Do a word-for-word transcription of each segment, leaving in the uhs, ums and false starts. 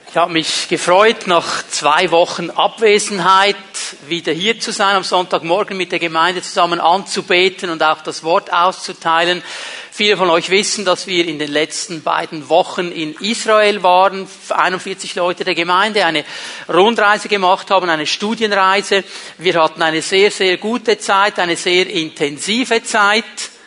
Ich habe mich gefreut, nach zwei Wochen Abwesenheit wieder hier zu sein, am Sonntagmorgen mit der Gemeinde zusammen anzubeten und auch das Wort auszuteilen. Viele von euch wissen, dass wir in den letzten beiden Wochen in Israel waren, einundvierzig Leute der Gemeinde, eine Rundreise gemacht haben, eine Studienreise. Wir hatten eine sehr, sehr gute Zeit, eine sehr intensive Zeit.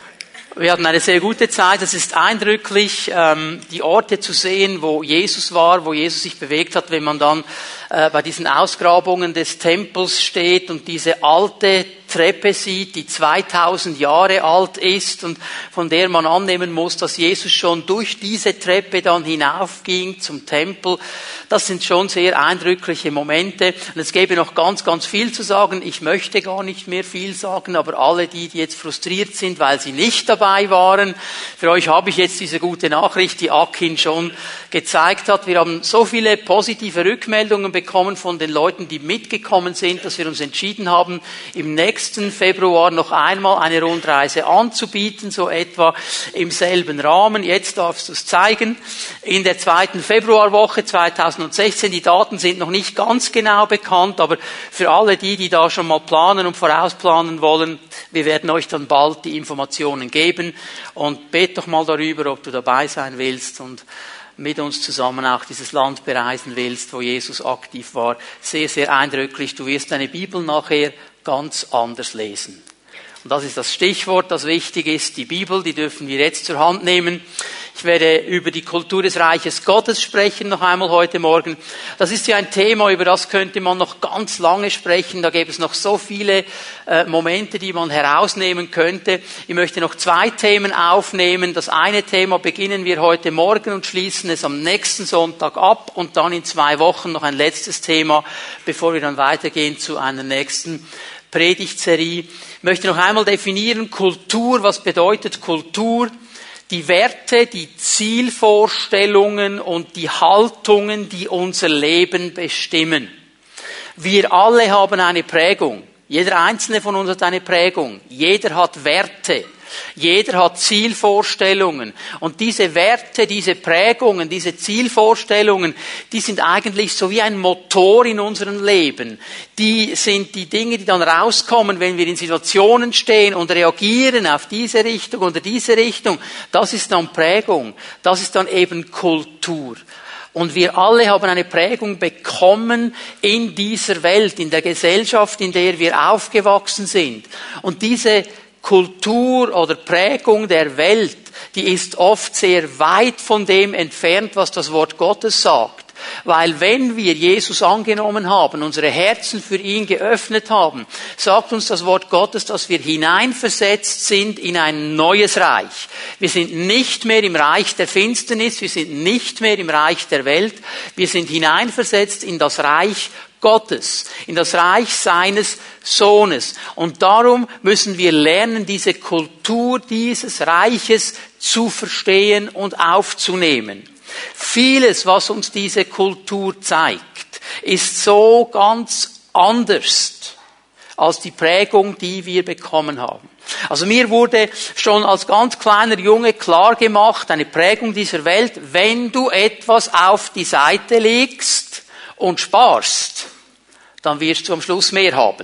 Wir hatten eine sehr gute Zeit. Es ist eindrücklich, ähm, die Orte zu sehen, wo Jesus war, wo Jesus sich bewegt hat, wenn man dann äh, bei diesen Ausgrabungen des Tempels steht und diese alte Treppe sieht, die zweitausend Jahre alt ist und von der man annehmen muss, dass Jesus schon durch diese Treppe dann hinaufging zum Tempel. Das sind schon sehr eindrückliche Momente. Und es gäbe noch ganz, ganz viel zu sagen. Ich möchte gar nicht mehr viel sagen, aber alle die, die jetzt frustriert sind, weil sie nicht dabei waren, für euch habe ich jetzt diese gute Nachricht, die Akin schon gezeigt hat. Wir haben so viele positive Rückmeldungen bekommen von den Leuten, die mitgekommen sind, dass wir uns entschieden haben, im nächsten Februar noch einmal eine Rundreise anzubieten, so etwa im selben Rahmen. Jetzt darfst du es zeigen. In der zweiten Februarwoche zweitausendsechzehn. Die Daten sind noch nicht ganz genau bekannt, aber für alle die, die da schon mal planen und vorausplanen wollen, wir werden euch dann bald die Informationen geben. Und bet doch mal darüber, ob du dabei sein willst und mit uns zusammen auch dieses Land bereisen willst, wo Jesus aktiv war. Sehr, sehr eindrücklich. Du wirst deine Bibel nachher ganz anders lesen. Und das ist das Stichwort, das wichtig ist. Die Bibel, die dürfen wir jetzt zur Hand nehmen. Ich werde über die Kultur des Reiches Gottes sprechen, noch einmal heute Morgen. Das ist ja ein Thema, über das könnte man noch ganz lange sprechen. Da gäbe es noch so viele äh, Momente, die man herausnehmen könnte. Ich möchte noch zwei Themen aufnehmen. Das eine Thema beginnen wir heute Morgen und schließen es am nächsten Sonntag ab. Und dann in zwei Wochen noch ein letztes Thema, bevor wir dann weitergehen zu einer nächsten Predigtserie. Ich möchte noch einmal definieren, Kultur, was bedeutet Kultur? Die Werte, die Zielvorstellungen und die Haltungen, die unser Leben bestimmen. Wir alle haben eine Prägung. Jeder einzelne von uns hat eine Prägung. Jeder hat Werte. Jeder hat Zielvorstellungen. Und diese Werte, diese Prägungen, diese Zielvorstellungen, die sind eigentlich so wie ein Motor in unserem Leben. Die sind die Dinge, die dann rauskommen, wenn wir in Situationen stehen und reagieren auf diese Richtung oder diese Richtung. Das ist dann Prägung. Das ist dann eben Kultur. Und wir alle haben eine Prägung bekommen in dieser Welt, in der Gesellschaft, in der wir aufgewachsen sind. Und diese Kultur oder Prägung der Welt, die ist oft sehr weit von dem entfernt, was das Wort Gottes sagt. Weil wenn wir Jesus angenommen haben, unsere Herzen für ihn geöffnet haben, sagt uns das Wort Gottes, dass wir hineinversetzt sind in ein neues Reich. Wir sind nicht mehr im Reich der Finsternis, wir sind nicht mehr im Reich der Welt, wir sind hineinversetzt in das Reich Gottes, in das Reich seines Sohnes. Und darum müssen wir lernen, diese Kultur dieses Reiches zu verstehen und aufzunehmen. Vieles, was uns diese Kultur zeigt, ist so ganz anders als die Prägung, die wir bekommen haben. Also mir wurde schon als ganz kleiner Junge klar gemacht, eine Prägung dieser Welt, wenn du etwas auf die Seite legst und sparst, dann wirst du am Schluss mehr haben.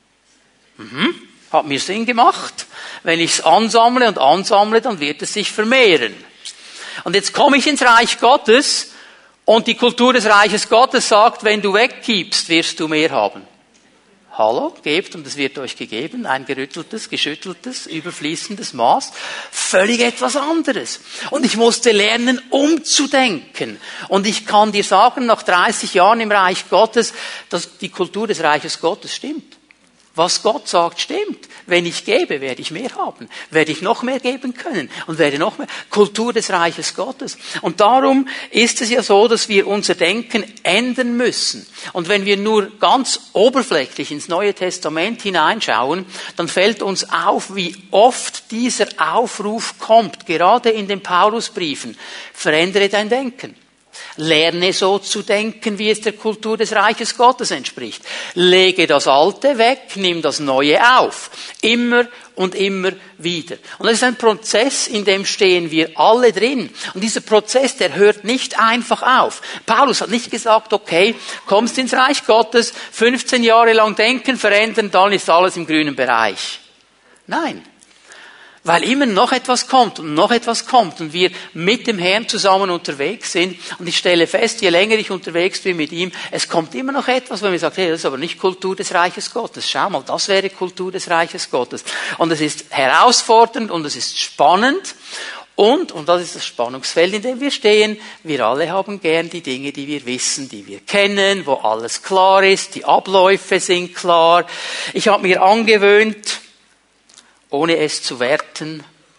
Mhm. Hat mir Sinn gemacht. Wenn ich es ansammle und ansammle, dann wird es sich vermehren. Und jetzt komme ich ins Reich Gottes und die Kultur des Reiches Gottes sagt, wenn du weggibst, wirst du mehr haben. Hallo, gebt und es wird euch gegeben, ein gerütteltes, geschütteltes, überfließendes Maß, völlig etwas anderes. Und ich musste lernen, umzudenken. Und ich kann dir sagen, nach dreißig Jahren im Reich Gottes, dass die Kultur des Reiches Gottes stimmt. Was Gott sagt, stimmt. Wenn ich gebe, werde ich mehr haben. Werde ich noch mehr geben können. Und werde noch mehr. Kultur des Reiches Gottes. Und darum ist es ja so, dass wir unser Denken ändern müssen. Und wenn wir nur ganz oberflächlich ins Neue Testament hineinschauen, dann fällt uns auf, wie oft dieser Aufruf kommt. Gerade in den Paulusbriefen. Verändere dein Denken. Lerne so zu denken, wie es der Kultur des Reiches Gottes entspricht. Lege das Alte weg, nimm das Neue auf. Immer und immer wieder. Und das ist ein Prozess, in dem stehen wir alle drin. Und dieser Prozess, der hört nicht einfach auf. Paulus hat nicht gesagt, okay, kommst ins Reich Gottes, fünfzehn Jahre lang denken, verändern, dann ist alles im grünen Bereich. Nein. Weil immer noch etwas kommt und noch etwas kommt und wir mit dem Herrn zusammen unterwegs sind. Und ich stelle fest, je länger ich unterwegs bin mit ihm, es kommt immer noch etwas, wo mir sagt, hey, das ist aber nicht Kultur des Reiches Gottes. Schau mal, das wäre Kultur des Reiches Gottes. Und es ist herausfordernd und es ist spannend. Und, und das ist das Spannungsfeld, in dem wir stehen, wir alle haben gern die Dinge, die wir wissen, die wir kennen, wo alles klar ist, die Abläufe sind klar. Ich habe mir angewöhnt, ohne es zu werten,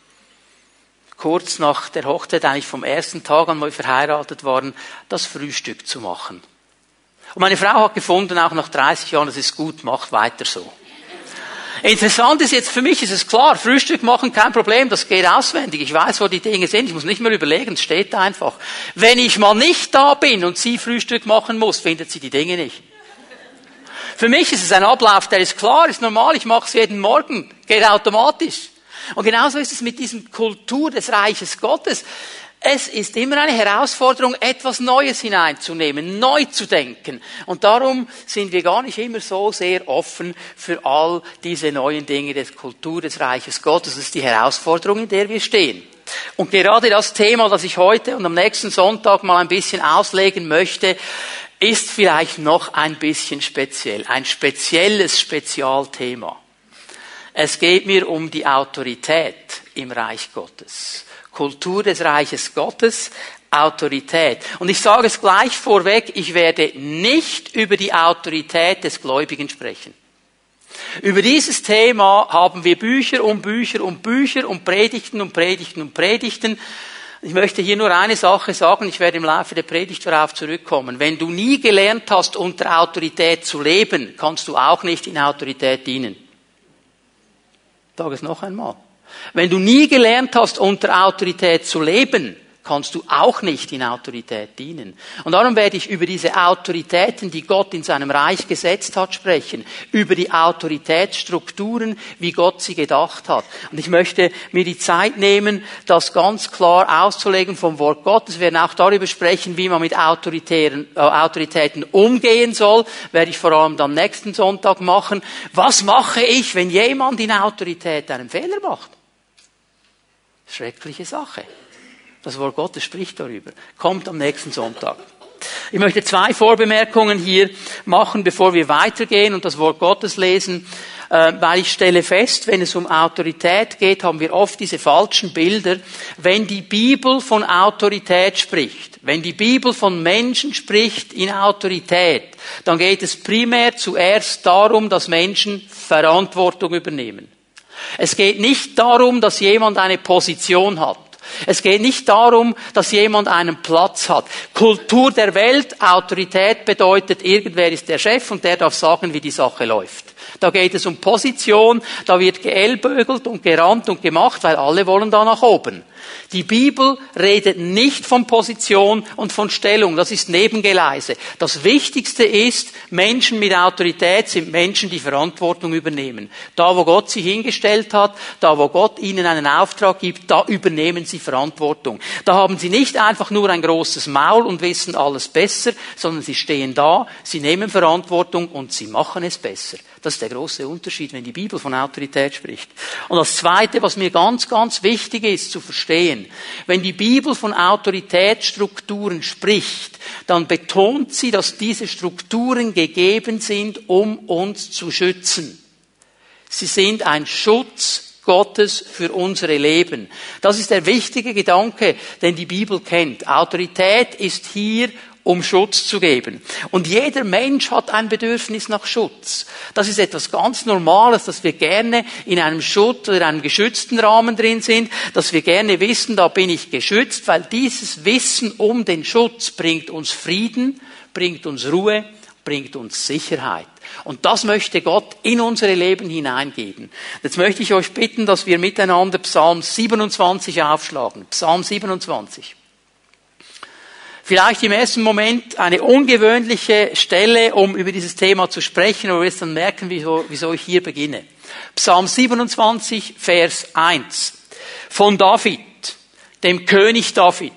kurz nach der Hochzeit, eigentlich vom ersten Tag an, wo wir verheiratet waren, das Frühstück zu machen. Und meine Frau hat gefunden, auch nach dreißig Jahren, das ist gut, macht weiter so. Interessant ist jetzt, für mich ist es klar, Frühstück machen, kein Problem, das geht auswendig. Ich weiß, wo die Dinge sind, ich muss nicht mehr überlegen, es steht da einfach. Wenn ich mal nicht da bin und sie Frühstück machen muss, findet sie die Dinge nicht. Für mich ist es ein Ablauf, der ist klar, ist normal, ich mache es jeden Morgen, geht automatisch. Und genauso ist es mit diesem Kultur des Reiches Gottes. Es ist immer eine Herausforderung, etwas Neues hineinzunehmen, neu zu denken. Und darum sind wir gar nicht immer so sehr offen für all diese neuen Dinge der Kultur des Reiches Gottes. Das ist die Herausforderung, in der wir stehen. Und gerade das Thema, das ich heute und am nächsten Sonntag mal ein bisschen auslegen möchte, ist vielleicht noch ein bisschen speziell. Ein spezielles Spezialthema. Es geht mir um die Autorität im Reich Gottes. Kultur des Reiches Gottes, Autorität. Und ich sage es gleich vorweg, ich werde nicht über die Autorität des Gläubigen sprechen. Über dieses Thema haben wir Bücher um Bücher um Bücher und Predigten und Predigten und Predigten. Ich möchte hier nur eine Sache sagen, ich werde im Laufe der Predigt darauf zurückkommen. Wenn du nie gelernt hast, unter Autorität zu leben, kannst du auch nicht in Autorität dienen. Ich sage es noch einmal. Wenn du nie gelernt hast, unter Autorität zu leben, kannst du auch nicht in Autorität dienen. Und darum werde ich über diese Autoritäten, die Gott in seinem Reich gesetzt hat, sprechen. Über die Autoritätsstrukturen, wie Gott sie gedacht hat. Und ich möchte mir die Zeit nehmen, das ganz klar auszulegen vom Wort Gottes. Wir werden auch darüber sprechen, wie man mit Autoritäten, äh, Autoritäten umgehen soll. Werde ich vor allem am nächsten Sonntag machen. Was mache ich, wenn jemand in Autorität einen Fehler macht? Schreckliche Sache. Das Wort Gottes spricht darüber. Kommt am nächsten Sonntag. Ich möchte zwei Vorbemerkungen hier machen, bevor wir weitergehen und das Wort Gottes lesen, weil ich stelle fest, wenn es um Autorität geht, haben wir oft diese falschen Bilder. Wenn die Bibel von Autorität spricht, wenn die Bibel von Menschen spricht in Autorität, dann geht es primär zuerst darum, dass Menschen Verantwortung übernehmen. Es geht nicht darum, dass jemand eine Position hat. Es geht nicht darum, dass jemand einen Platz hat. Kultur der Welt, Autorität bedeutet, irgendwer ist der Chef und der darf sagen, wie die Sache läuft. Da geht es um Position, da wird geellbögelt und gerannt und gemacht, weil alle wollen da nach oben. Die Bibel redet nicht von Position und von Stellung, das ist Nebengeleise. Das Wichtigste ist, Menschen mit Autorität sind Menschen, die Verantwortung übernehmen. Da, wo Gott sie hingestellt hat, da, wo Gott ihnen einen Auftrag gibt, da übernehmen sie Verantwortung. Da haben sie nicht einfach nur ein großes Maul und wissen alles besser, sondern sie stehen da, sie nehmen Verantwortung und sie machen es besser. Das ist der große Unterschied, wenn die Bibel von Autorität spricht. Und das Zweite, was mir ganz, ganz wichtig ist zu verstehen, wenn die Bibel von Autoritätsstrukturen spricht, dann betont sie, dass diese Strukturen gegeben sind, um uns zu schützen. Sie sind ein Schutz Gottes für unsere Leben. Das ist der wichtige Gedanke, den die Bibel kennt. Autorität ist hier, um Schutz zu geben. Und jeder Mensch hat ein Bedürfnis nach Schutz. Das ist etwas ganz Normales, dass wir gerne in einem Schutz oder einem geschützten Rahmen drin sind, dass wir gerne wissen, da bin ich geschützt, weil dieses Wissen um den Schutz bringt uns Frieden, bringt uns Ruhe, bringt uns Sicherheit. Und das möchte Gott in unsere Leben hineingeben. Jetzt möchte ich euch bitten, dass wir miteinander Psalm siebenundzwanzig aufschlagen. Psalm siebenundzwanzig. Vielleicht im ersten Moment eine ungewöhnliche Stelle, um über dieses Thema zu sprechen, aber wir werden dann merken, wieso, wieso ich hier beginne. Psalm siebenundzwanzig, Vers eins. Von David, dem König David,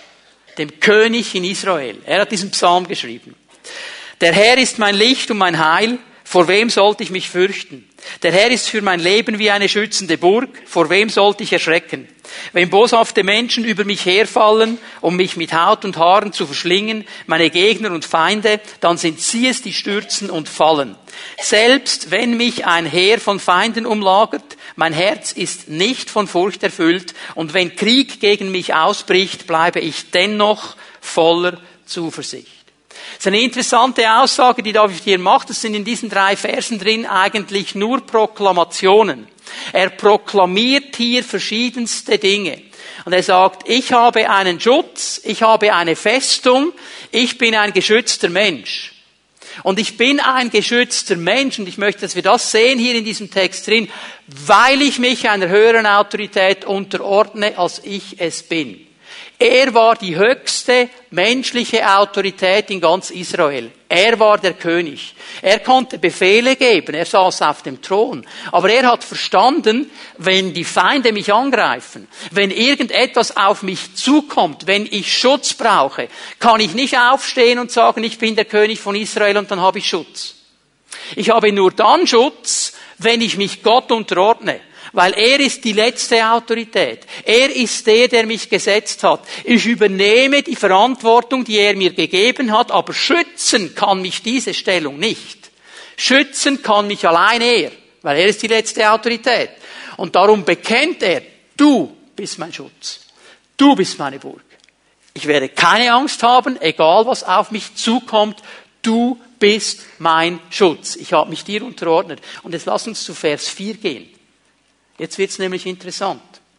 dem König in Israel. Er hat diesen Psalm geschrieben. Der Herr ist mein Licht und mein Heil. Vor wem sollte ich mich fürchten? Der Herr ist für mein Leben wie eine schützende Burg. Vor wem sollte ich erschrecken? Wenn boshafte Menschen über mich herfallen, um mich mit Haut und Haaren zu verschlingen, meine Gegner und Feinde, dann sind sie es, die stürzen und fallen. Selbst wenn mich ein Heer von Feinden umlagert, mein Herz ist nicht von Furcht erfüllt, und wenn Krieg gegen mich ausbricht, bleibe ich dennoch voller Zuversicht. Das ist eine interessante Aussage, die David hier macht. Es sind in diesen drei Versen drin eigentlich nur Proklamationen. Er proklamiert hier verschiedenste Dinge. Und er sagt, ich habe einen Schutz, ich habe eine Festung, ich bin ein geschützter Mensch. Und ich bin ein geschützter Mensch, und ich möchte, dass wir das sehen hier in diesem Text drin, weil ich mich einer höheren Autorität unterordne, als ich es bin. Er war die höchste menschliche Autorität in ganz Israel. Er war der König. Er konnte Befehle geben. Er saß auf dem Thron. Aber er hat verstanden, wenn die Feinde mich angreifen, wenn irgendetwas auf mich zukommt, wenn ich Schutz brauche, kann ich nicht aufstehen und sagen, ich bin der König von Israel und dann habe ich Schutz. Ich habe nur dann Schutz, wenn ich mich Gott unterordne. Weil er ist die letzte Autorität. Er ist der, der mich gesetzt hat. Ich übernehme die Verantwortung, die er mir gegeben hat, aber schützen kann mich diese Stellung nicht. Schützen kann mich allein er, weil er ist die letzte Autorität. Und darum bekennt er, du bist mein Schutz. Du bist meine Burg. Ich werde keine Angst haben, egal was auf mich zukommt. Du bist mein Schutz. Ich habe mich dir unterordnet. Und jetzt lass uns zu Vers vier gehen. Jetzt wird's nämlich interessant.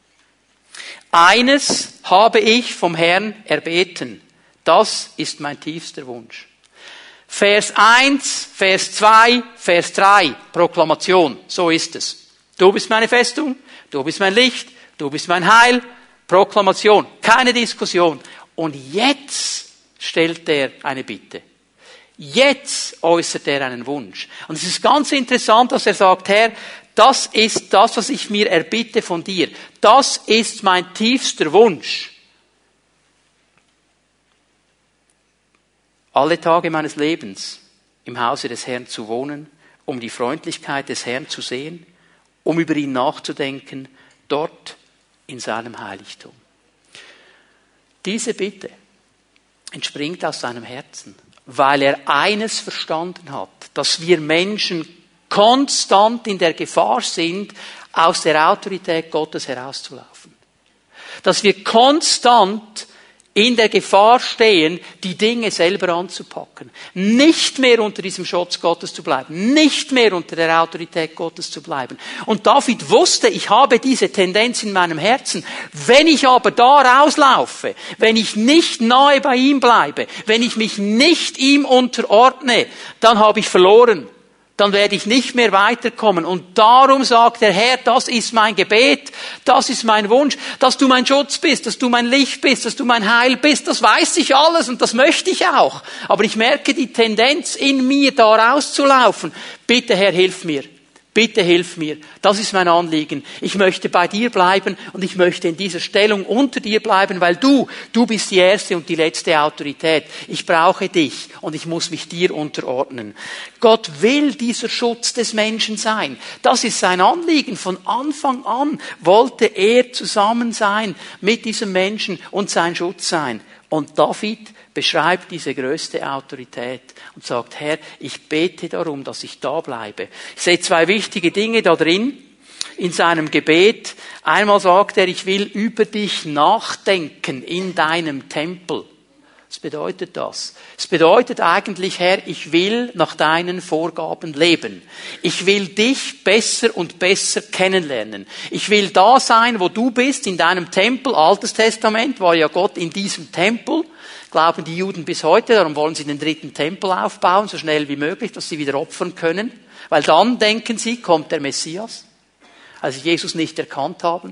Eines habe ich vom Herrn erbeten. Das ist mein tiefster Wunsch. Vers eins, Vers zwei, Vers drei, Proklamation. So ist es. Du bist meine Festung, du bist mein Licht, du bist mein Heil. Proklamation. Keine Diskussion. Und jetzt stellt er eine Bitte. Jetzt äußert er einen Wunsch. Und es ist ganz interessant, dass er sagt, Herr, das ist das, was ich mir erbitte von dir. Das ist mein tiefster Wunsch. Alle Tage meines Lebens im Hause des Herrn zu wohnen, um die Freundlichkeit des Herrn zu sehen, um über ihn nachzudenken, dort in seinem Heiligtum. Diese Bitte entspringt aus seinem Herzen, weil er eines verstanden hat, dass wir Menschen konstant in der Gefahr sind, aus der Autorität Gottes herauszulaufen. Dass wir konstant in der Gefahr stehen, die Dinge selber anzupacken. Nicht mehr unter diesem Schutz Gottes zu bleiben. Nicht mehr unter der Autorität Gottes zu bleiben. Und David wusste, ich habe diese Tendenz in meinem Herzen. Wenn ich aber da rauslaufe, wenn ich nicht nahe bei ihm bleibe, wenn ich mich nicht ihm unterordne, dann habe ich verloren. Dann werde ich nicht mehr weiterkommen. Und darum sagt der Herr, das ist mein Gebet, das ist mein Wunsch, dass du mein Schutz bist, dass du mein Licht bist, dass du mein Heil bist. Das weiß ich alles und das möchte ich auch. Aber ich merke die Tendenz in mir, da rauszulaufen. Bitte Herr, hilf mir. Bitte hilf mir. Das ist mein Anliegen. Ich möchte bei dir bleiben und ich möchte in dieser Stellung unter dir bleiben, weil du, du bist die erste und die letzte Autorität. Ich brauche dich und ich muss mich dir unterordnen. Gott will dieser Schutz des Menschen sein. Das ist sein Anliegen. Von Anfang an wollte er zusammen sein mit diesem Menschen und sein Schutz sein. Und David beschreibt diese größte Autorität und sagt, Herr, ich bete darum, dass ich da bleibe. Ich sehe zwei wichtige Dinge da drin in seinem Gebet. Einmal sagt er, ich will über dich nachdenken in deinem Tempel. Was bedeutet das? Es bedeutet eigentlich, Herr, ich will nach deinen Vorgaben leben. Ich will dich besser und besser kennenlernen. Ich will da sein, wo du bist, in deinem Tempel. Altes Testament war ja Gott in diesem Tempel. Glauben die Juden bis heute, darum wollen sie den dritten Tempel aufbauen, so schnell wie möglich, dass sie wieder opfern können. Weil dann, denken sie, kommt der Messias. Als sie Jesus nicht erkannt haben.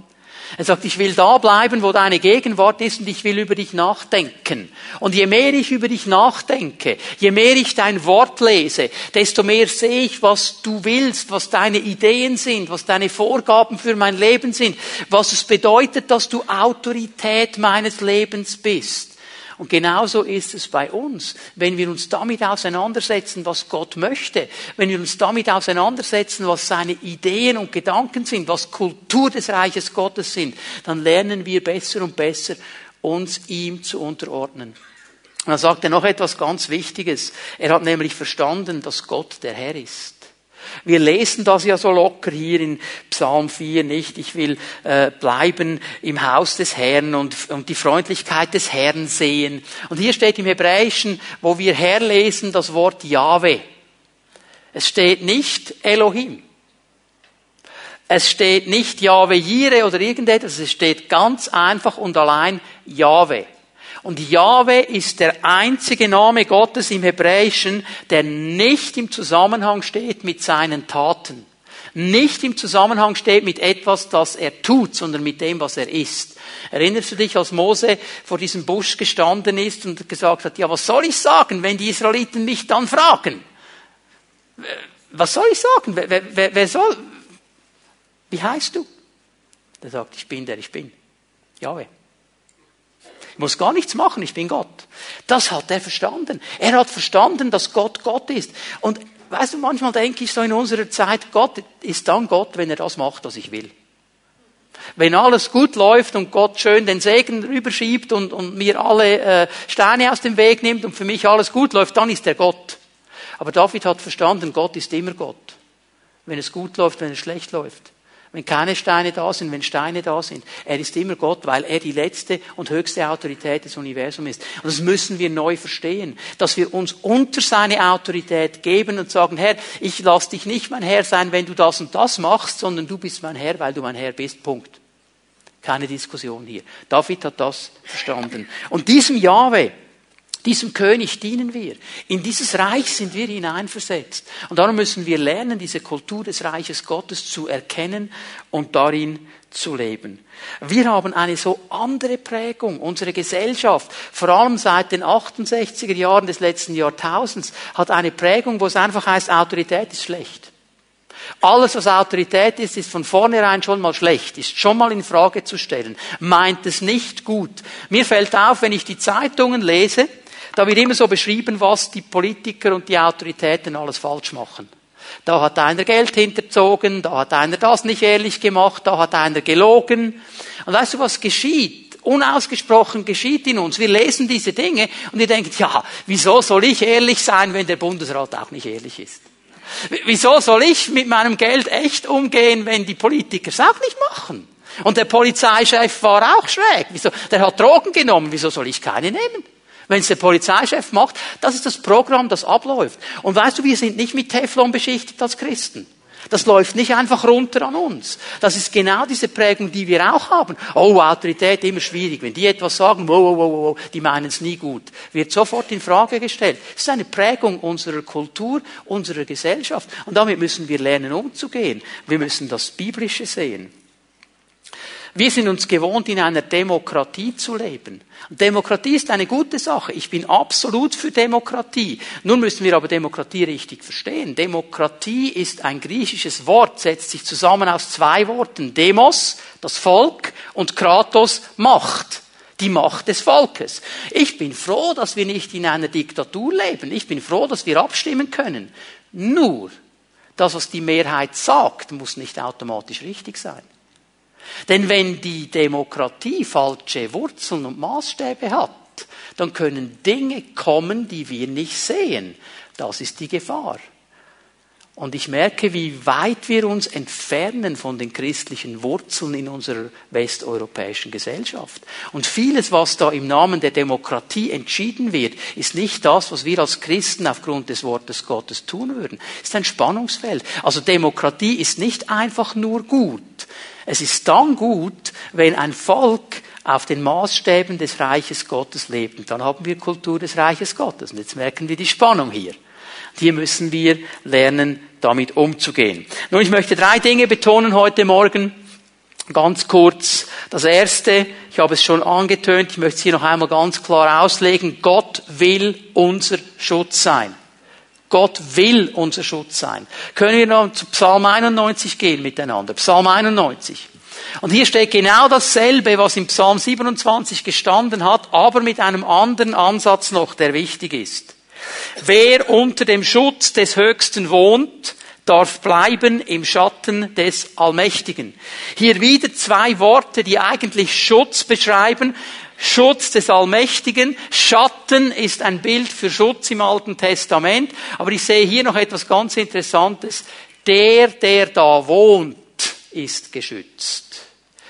Er sagt, ich will da bleiben, wo deine Gegenwart ist und ich will über dich nachdenken. Und je mehr ich über dich nachdenke, je mehr ich dein Wort lese, desto mehr sehe ich, was du willst, was deine Ideen sind, was deine Vorgaben für mein Leben sind, was es bedeutet, dass du Autorität meines Lebens bist. Und genauso ist es bei uns, wenn wir uns damit auseinandersetzen, was Gott möchte, wenn wir uns damit auseinandersetzen, was seine Ideen und Gedanken sind, was Kultur des Reiches Gottes sind, dann lernen wir besser und besser, uns ihm zu unterordnen. Und dann sagt er noch etwas ganz Wichtiges. Er hat nämlich verstanden, dass Gott der Herr ist. Wir lesen das ja so locker hier in Psalm vier nicht. Ich will äh, bleiben im Haus des Herrn und, und die Freundlichkeit des Herrn sehen. Und hier steht im Hebräischen, wo wir Herr lesen, das Wort Jahwe. Es steht nicht Elohim. Es steht nicht Jahwe Jireh oder irgendetwas. Es steht ganz einfach und allein Jahwe. Und Jahwe ist der einzige Name Gottes im Hebräischen, der nicht im Zusammenhang steht mit seinen Taten. Nicht im Zusammenhang steht mit etwas, das er tut, sondern mit dem, was er ist. Erinnerst du dich, als Mose vor diesem Busch gestanden ist und gesagt hat, ja, was soll ich sagen, wenn die Israeliten mich dann fragen? Was soll ich sagen? Wer, wer, wer soll? Wie heißt du? Der sagt, ich bin der ich bin. Jahwe. Ich muss gar nichts machen, ich bin Gott. Das hat er verstanden. Er hat verstanden, dass Gott Gott ist. Und weißt du, manchmal denke ich so in unserer Zeit, Gott ist dann Gott, wenn er das macht, was ich will. Wenn alles gut läuft und Gott schön den Segen rüberschiebt und, und mir alle äh, Steine aus dem Weg nimmt und für mich alles gut läuft, dann ist er Gott. Aber David hat verstanden, Gott ist immer Gott. Wenn es gut läuft, wenn es schlecht läuft. Wenn keine Steine da sind, wenn Steine da sind. Er ist immer Gott, weil er die letzte und höchste Autorität des Universums ist. Und das müssen wir neu verstehen. Dass wir uns unter seine Autorität geben und sagen, Herr, ich lass dich nicht mein Herr sein, wenn du das und das machst, sondern du bist mein Herr, weil du mein Herr bist. Punkt. Keine Diskussion hier. David hat das verstanden. Und diesem Jahwe, diesem König dienen wir. In dieses Reich sind wir hineinversetzt. Und darum müssen wir lernen, diese Kultur des Reiches Gottes zu erkennen und darin zu leben. Wir haben eine so andere Prägung. Unsere Gesellschaft, vor allem seit den achtundsechziger Jahren des letzten Jahrtausends, hat eine Prägung, wo es einfach heißt, Autorität ist schlecht. Alles, was Autorität ist, ist von vornherein schon mal schlecht, ist schon mal in Frage zu stellen, meint es nicht gut. Mir fällt auf, wenn ich die Zeitungen lese, da wird immer so beschrieben, was die Politiker und die Autoritäten alles falsch machen. Da hat einer Geld hinterzogen, da hat einer das nicht ehrlich gemacht, da hat einer gelogen. Und weißt du, was geschieht? Unausgesprochen geschieht in uns. Wir lesen diese Dinge und ihr denkt, ja, wieso soll ich ehrlich sein, wenn der Bundesrat auch nicht ehrlich ist? Wieso soll ich mit meinem Geld echt umgehen, wenn die Politiker es auch nicht machen? Und der Polizeichef war auch schräg. Wieso? Der hat Drogen genommen, wieso soll ich keine nehmen? Wenn es der Polizeichef macht, das ist das Programm, das abläuft. Und weißt du, wir sind nicht mit Teflon beschichtet als Christen. Das läuft nicht einfach runter an uns. Das ist genau diese Prägung, die wir auch haben. Oh, Autorität, immer schwierig. Wenn die etwas sagen, wow, wow, wow, wow, die meinen es nie gut. Wird sofort in Frage gestellt. Es ist eine Prägung unserer Kultur, unserer Gesellschaft. Und damit müssen wir lernen, umzugehen. Wir müssen das Biblische sehen. Wir sind uns gewohnt, in einer Demokratie zu leben. Demokratie ist eine gute Sache. Ich bin absolut für Demokratie. Nun müssen wir aber Demokratie richtig verstehen. Demokratie ist ein griechisches Wort, setzt sich zusammen aus zwei Worten. Demos, das Volk, und Kratos, Macht. Die Macht des Volkes. Ich bin froh, dass wir nicht in einer Diktatur leben. Ich bin froh, dass wir abstimmen können. Nur, das, was die Mehrheit sagt, muss nicht automatisch richtig sein. Denn wenn die Demokratie falsche Wurzeln und Maßstäbe hat, dann können Dinge kommen, die wir nicht sehen. Das ist die Gefahr. Und ich merke, wie weit wir uns entfernen von den christlichen Wurzeln in unserer westeuropäischen Gesellschaft. Und vieles, was da im Namen der Demokratie entschieden wird, ist nicht das, was wir als Christen aufgrund des Wortes Gottes tun würden. Es ist ein Spannungsfeld. Also Demokratie ist nicht einfach nur gut. Es ist dann gut, wenn ein Volk auf den Maßstäben des Reiches Gottes lebt. Und dann haben wir Kultur des Reiches Gottes. Und jetzt merken wir die Spannung hier. Hier müssen wir lernen, damit umzugehen. Nun, ich möchte drei Dinge betonen heute Morgen. Ganz kurz das Erste, ich habe es schon angetönt, ich möchte es hier noch einmal ganz klar auslegen. Gott will unser Schutz sein. Gott will unser Schutz sein. Können wir noch zu Psalm einundneunzig gehen miteinander? Psalm einundneunzig. Und hier steht genau dasselbe, was im Psalm siebenundzwanzig gestanden hat, aber mit einem anderen Ansatz noch, der wichtig ist. Wer unter dem Schutz des Höchsten wohnt, darf bleiben im Schatten des Allmächtigen. Hier wieder zwei Worte, die eigentlich Schutz beschreiben. Schutz des Allmächtigen. Schatten ist ein Bild für Schutz im Alten Testament. Aber ich sehe hier noch etwas ganz Interessantes. Der, der da wohnt, ist geschützt.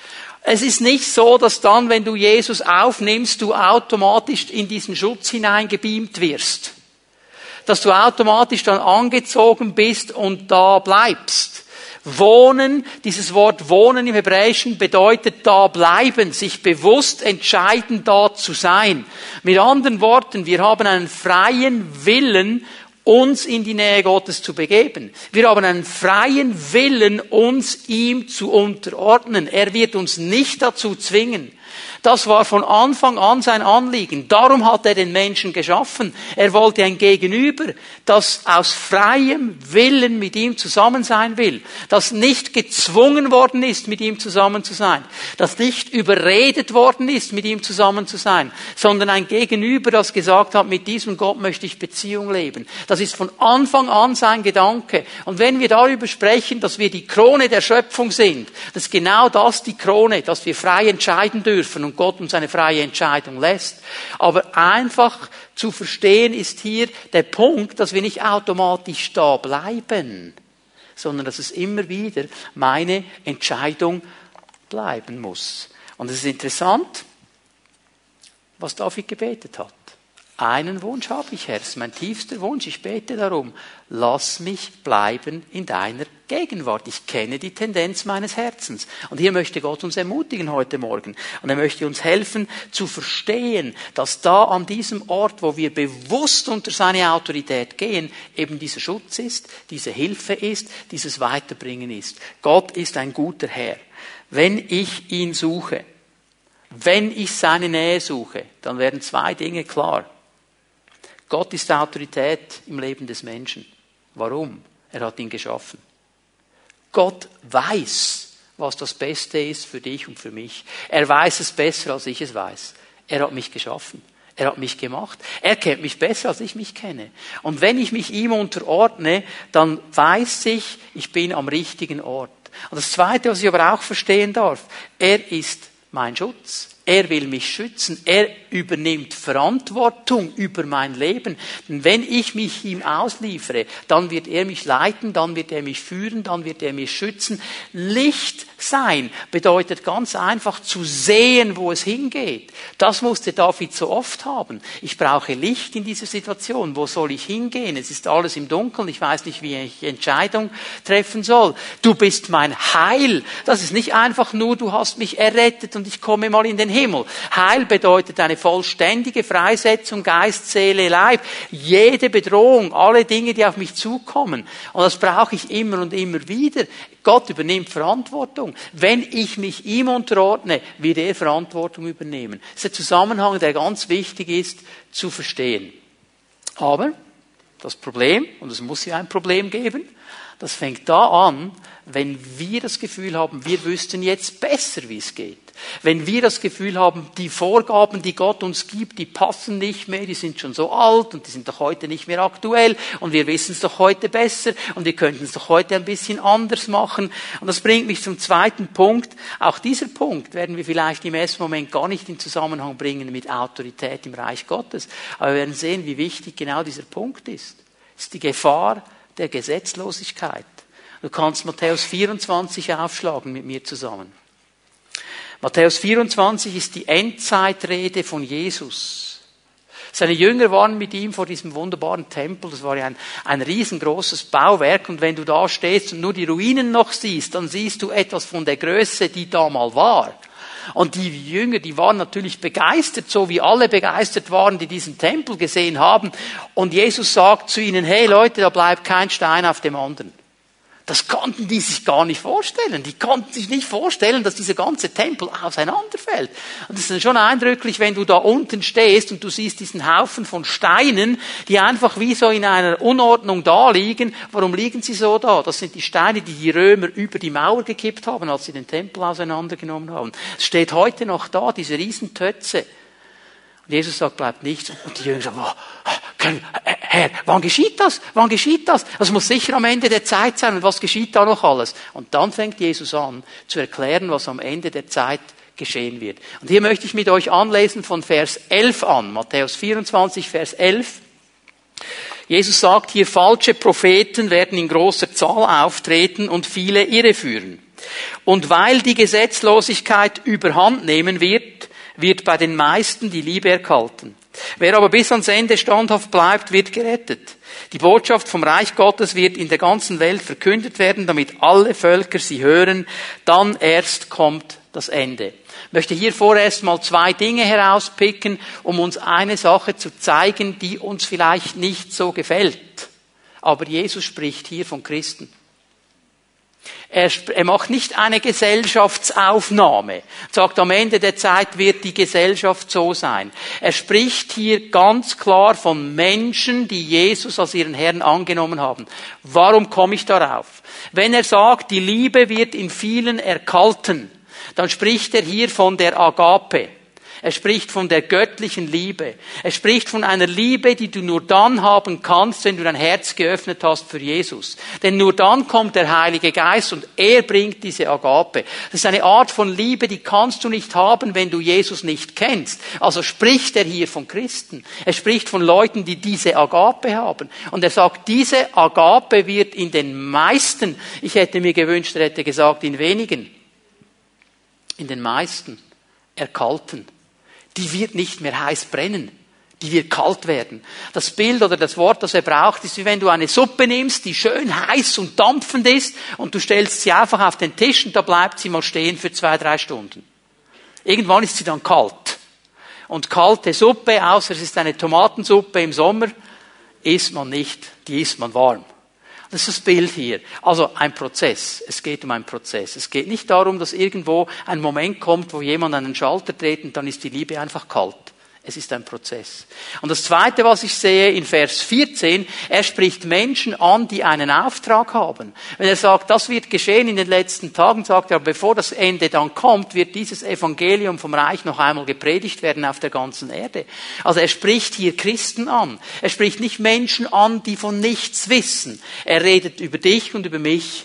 Es ist nicht so, dass dann, wenn du Jesus aufnimmst, du automatisch in diesen Schutz hineingebeamt wirst. Dass du automatisch dann angezogen bist und da bleibst. Wohnen, dieses Wort wohnen im Hebräischen bedeutet da bleiben, sich bewusst entscheiden, da zu sein. Mit anderen Worten, wir haben einen freien Willen, uns in die Nähe Gottes zu begeben. Wir haben einen freien Willen, uns ihm zu unterordnen. Er wird uns nicht dazu zwingen. Das war von Anfang an sein Anliegen. Darum hat er den Menschen geschaffen. Er wollte ein Gegenüber, das aus freiem Willen mit ihm zusammen sein will. Das nicht gezwungen worden ist, mit ihm zusammen zu sein. Das nicht überredet worden ist, mit ihm zusammen zu sein. Sondern ein Gegenüber, das gesagt hat, mit diesem Gott möchte ich Beziehung leben. Das ist von Anfang an sein Gedanke. Und wenn wir darüber sprechen, dass wir die Krone der Schöpfung sind, das ist genau das die Krone, dass wir frei entscheiden dürfen und Gott uns eine freie Entscheidung lässt. Aber einfach zu verstehen ist hier der Punkt, dass wir nicht automatisch da bleiben, sondern dass es immer wieder meine Entscheidung bleiben muss. Und es ist interessant, was David gebetet hat. Einen Wunsch habe ich, Herr, das ist mein tiefster Wunsch. Ich bete darum, lass mich bleiben in deiner Gegenwart. Ich kenne die Tendenz meines Herzens. Und hier möchte Gott uns ermutigen heute Morgen. Und er möchte uns helfen zu verstehen, dass da an diesem Ort, wo wir bewusst unter seine Autorität gehen, eben dieser Schutz ist, diese Hilfe ist, dieses Weiterbringen ist. Gott ist ein guter Herr. Wenn ich ihn suche, wenn ich seine Nähe suche, dann werden zwei Dinge klar. Gott ist Autorität im Leben des Menschen. Warum? Er hat ihn geschaffen. Gott weiß, was das Beste ist für dich und für mich. Er weiß es besser, als ich es weiß. Er hat mich geschaffen. Er hat mich gemacht. Er kennt mich besser, als ich mich kenne. Und wenn ich mich ihm unterordne, dann weiß ich, ich bin am richtigen Ort. Und das Zweite, was ich aber auch verstehen darf, er ist mein Schutz. Er will mich schützen. Er übernimmt Verantwortung über mein Leben. Denn wenn ich mich ihm ausliefere, dann wird er mich leiten, dann wird er mich führen, dann wird er mich schützen. Licht sein bedeutet ganz einfach zu sehen, wo es hingeht. Das musste David so oft haben. Ich brauche Licht in dieser Situation. Wo soll ich hingehen? Es ist alles im Dunkeln. Ich weiß nicht, wie ich Entscheidung treffen soll. Du bist mein Heil. Das ist nicht einfach nur, du hast mich errettet und ich komme mal in den Himmel. Heil bedeutet eine vollständige Freisetzung, Geist, Seele, Leib. Jede Bedrohung, alle Dinge, die auf mich zukommen. Und das brauche ich immer und immer wieder. Gott übernimmt Verantwortung. Wenn ich mich ihm unterordne, wird er Verantwortung übernehmen. Das ist der Zusammenhang, der ganz wichtig ist, zu verstehen. Aber das Problem, und es muss ja ein Problem geben, das fängt da an, wenn wir das Gefühl haben, wir wüssten jetzt besser, wie es geht. Wenn wir das Gefühl haben, die Vorgaben, die Gott uns gibt, die passen nicht mehr, die sind schon so alt und die sind doch heute nicht mehr aktuell und wir wissen es doch heute besser und wir könnten es doch heute ein bisschen anders machen. Und das bringt mich zum zweiten Punkt. Auch dieser Punkt werden wir vielleicht im ersten Moment gar nicht in Zusammenhang bringen mit Autorität im Reich Gottes. Aber wir werden sehen, wie wichtig genau dieser Punkt ist. Es ist die Gefahr der Gesetzlosigkeit. Du kannst Matthäus vierundzwanzig aufschlagen mit mir zusammen. Matthäus vierundzwanzig ist die Endzeitrede von Jesus. Seine Jünger waren mit ihm vor diesem wunderbaren Tempel. Das war ja ein, ein riesengroßes Bauwerk. Und wenn du da stehst und nur die Ruinen noch siehst, dann siehst du etwas von der Größe, die da mal war. Und die Jünger, die waren natürlich begeistert, so wie alle begeistert waren, die diesen Tempel gesehen haben. Und Jesus sagt zu ihnen, hey Leute, da bleibt kein Stein auf dem anderen. Das konnten die sich gar nicht vorstellen. Die konnten sich nicht vorstellen, dass dieser ganze Tempel auseinanderfällt. Und es ist dann schon eindrücklich, wenn du da unten stehst und du siehst diesen Haufen von Steinen, die einfach wie so in einer Unordnung da liegen. Warum liegen sie so da? Das sind die Steine, die die Römer über die Mauer gekippt haben, als sie den Tempel auseinandergenommen haben. Es steht heute noch da, diese Riesentötze. Und Jesus sagt, bleibt nichts. Und die Jünger sagen, oh, Herr, wann geschieht das? Wann geschieht das? Das muss sicher am Ende der Zeit sein. Und was geschieht da noch alles? Und dann fängt Jesus an, zu erklären, was am Ende der Zeit geschehen wird. Und hier möchte ich mit euch anlesen von Vers elf an. Matthäus vierundzwanzig, Vers elf. Jesus sagt hier, falsche Propheten werden in großer Zahl auftreten und viele irreführen. Und weil die Gesetzlosigkeit überhand nehmen wird, wird bei den meisten die Liebe erkalten. Wer aber bis ans Ende standhaft bleibt, wird gerettet. Die Botschaft vom Reich Gottes wird in der ganzen Welt verkündet werden, damit alle Völker sie hören. Dann erst kommt das Ende. Ich möchte hier vorerst mal zwei Dinge herauspicken, um uns eine Sache zu zeigen, die uns vielleicht nicht so gefällt. Aber Jesus spricht hier von Christen. Er, er macht nicht eine Gesellschaftsaufnahme, sagt, am Ende der Zeit wird die Gesellschaft so sein. Er spricht hier ganz klar von Menschen, die Jesus als ihren Herrn angenommen haben. Warum komme ich darauf? Wenn er sagt, die Liebe wird in vielen erkalten, dann spricht er hier von der Agape. Er spricht von der göttlichen Liebe. Er spricht von einer Liebe, die du nur dann haben kannst, wenn du dein Herz geöffnet hast für Jesus. Denn nur dann kommt der Heilige Geist und er bringt diese Agape. Das ist eine Art von Liebe, die kannst du nicht haben, wenn du Jesus nicht kennst. Also spricht er hier von Christen. Er spricht von Leuten, die diese Agape haben. Und er sagt, diese Agape wird in den meisten, ich hätte mir gewünscht, er hätte gesagt, in wenigen, in den meisten erkalten. Die wird nicht mehr heiß brennen. Die wird kalt werden. Das Bild oder das Wort, das er braucht, ist wie wenn du eine Suppe nimmst, die schön heiß und dampfend ist und du stellst sie einfach auf den Tisch und da bleibt sie mal stehen für zwei, drei Stunden. Irgendwann ist sie dann kalt. Und kalte Suppe, außer es ist eine Tomatensuppe im Sommer, isst man nicht, die isst man warm. Das ist das Bild hier. Also ein Prozess. Es geht um einen Prozess. Es geht nicht darum, dass irgendwo ein Moment kommt, wo jemand einen Schalter dreht und dann ist die Liebe einfach kalt. Es ist ein Prozess. Und das Zweite, was ich sehe in Vers vierzehn, er spricht Menschen an, die einen Auftrag haben. Wenn er sagt, das wird geschehen in den letzten Tagen, sagt er, bevor das Ende dann kommt, wird dieses Evangelium vom Reich noch einmal gepredigt werden auf der ganzen Erde. Also er spricht hier Christen an. Er spricht nicht Menschen an, die von nichts wissen. Er redet über dich und über mich.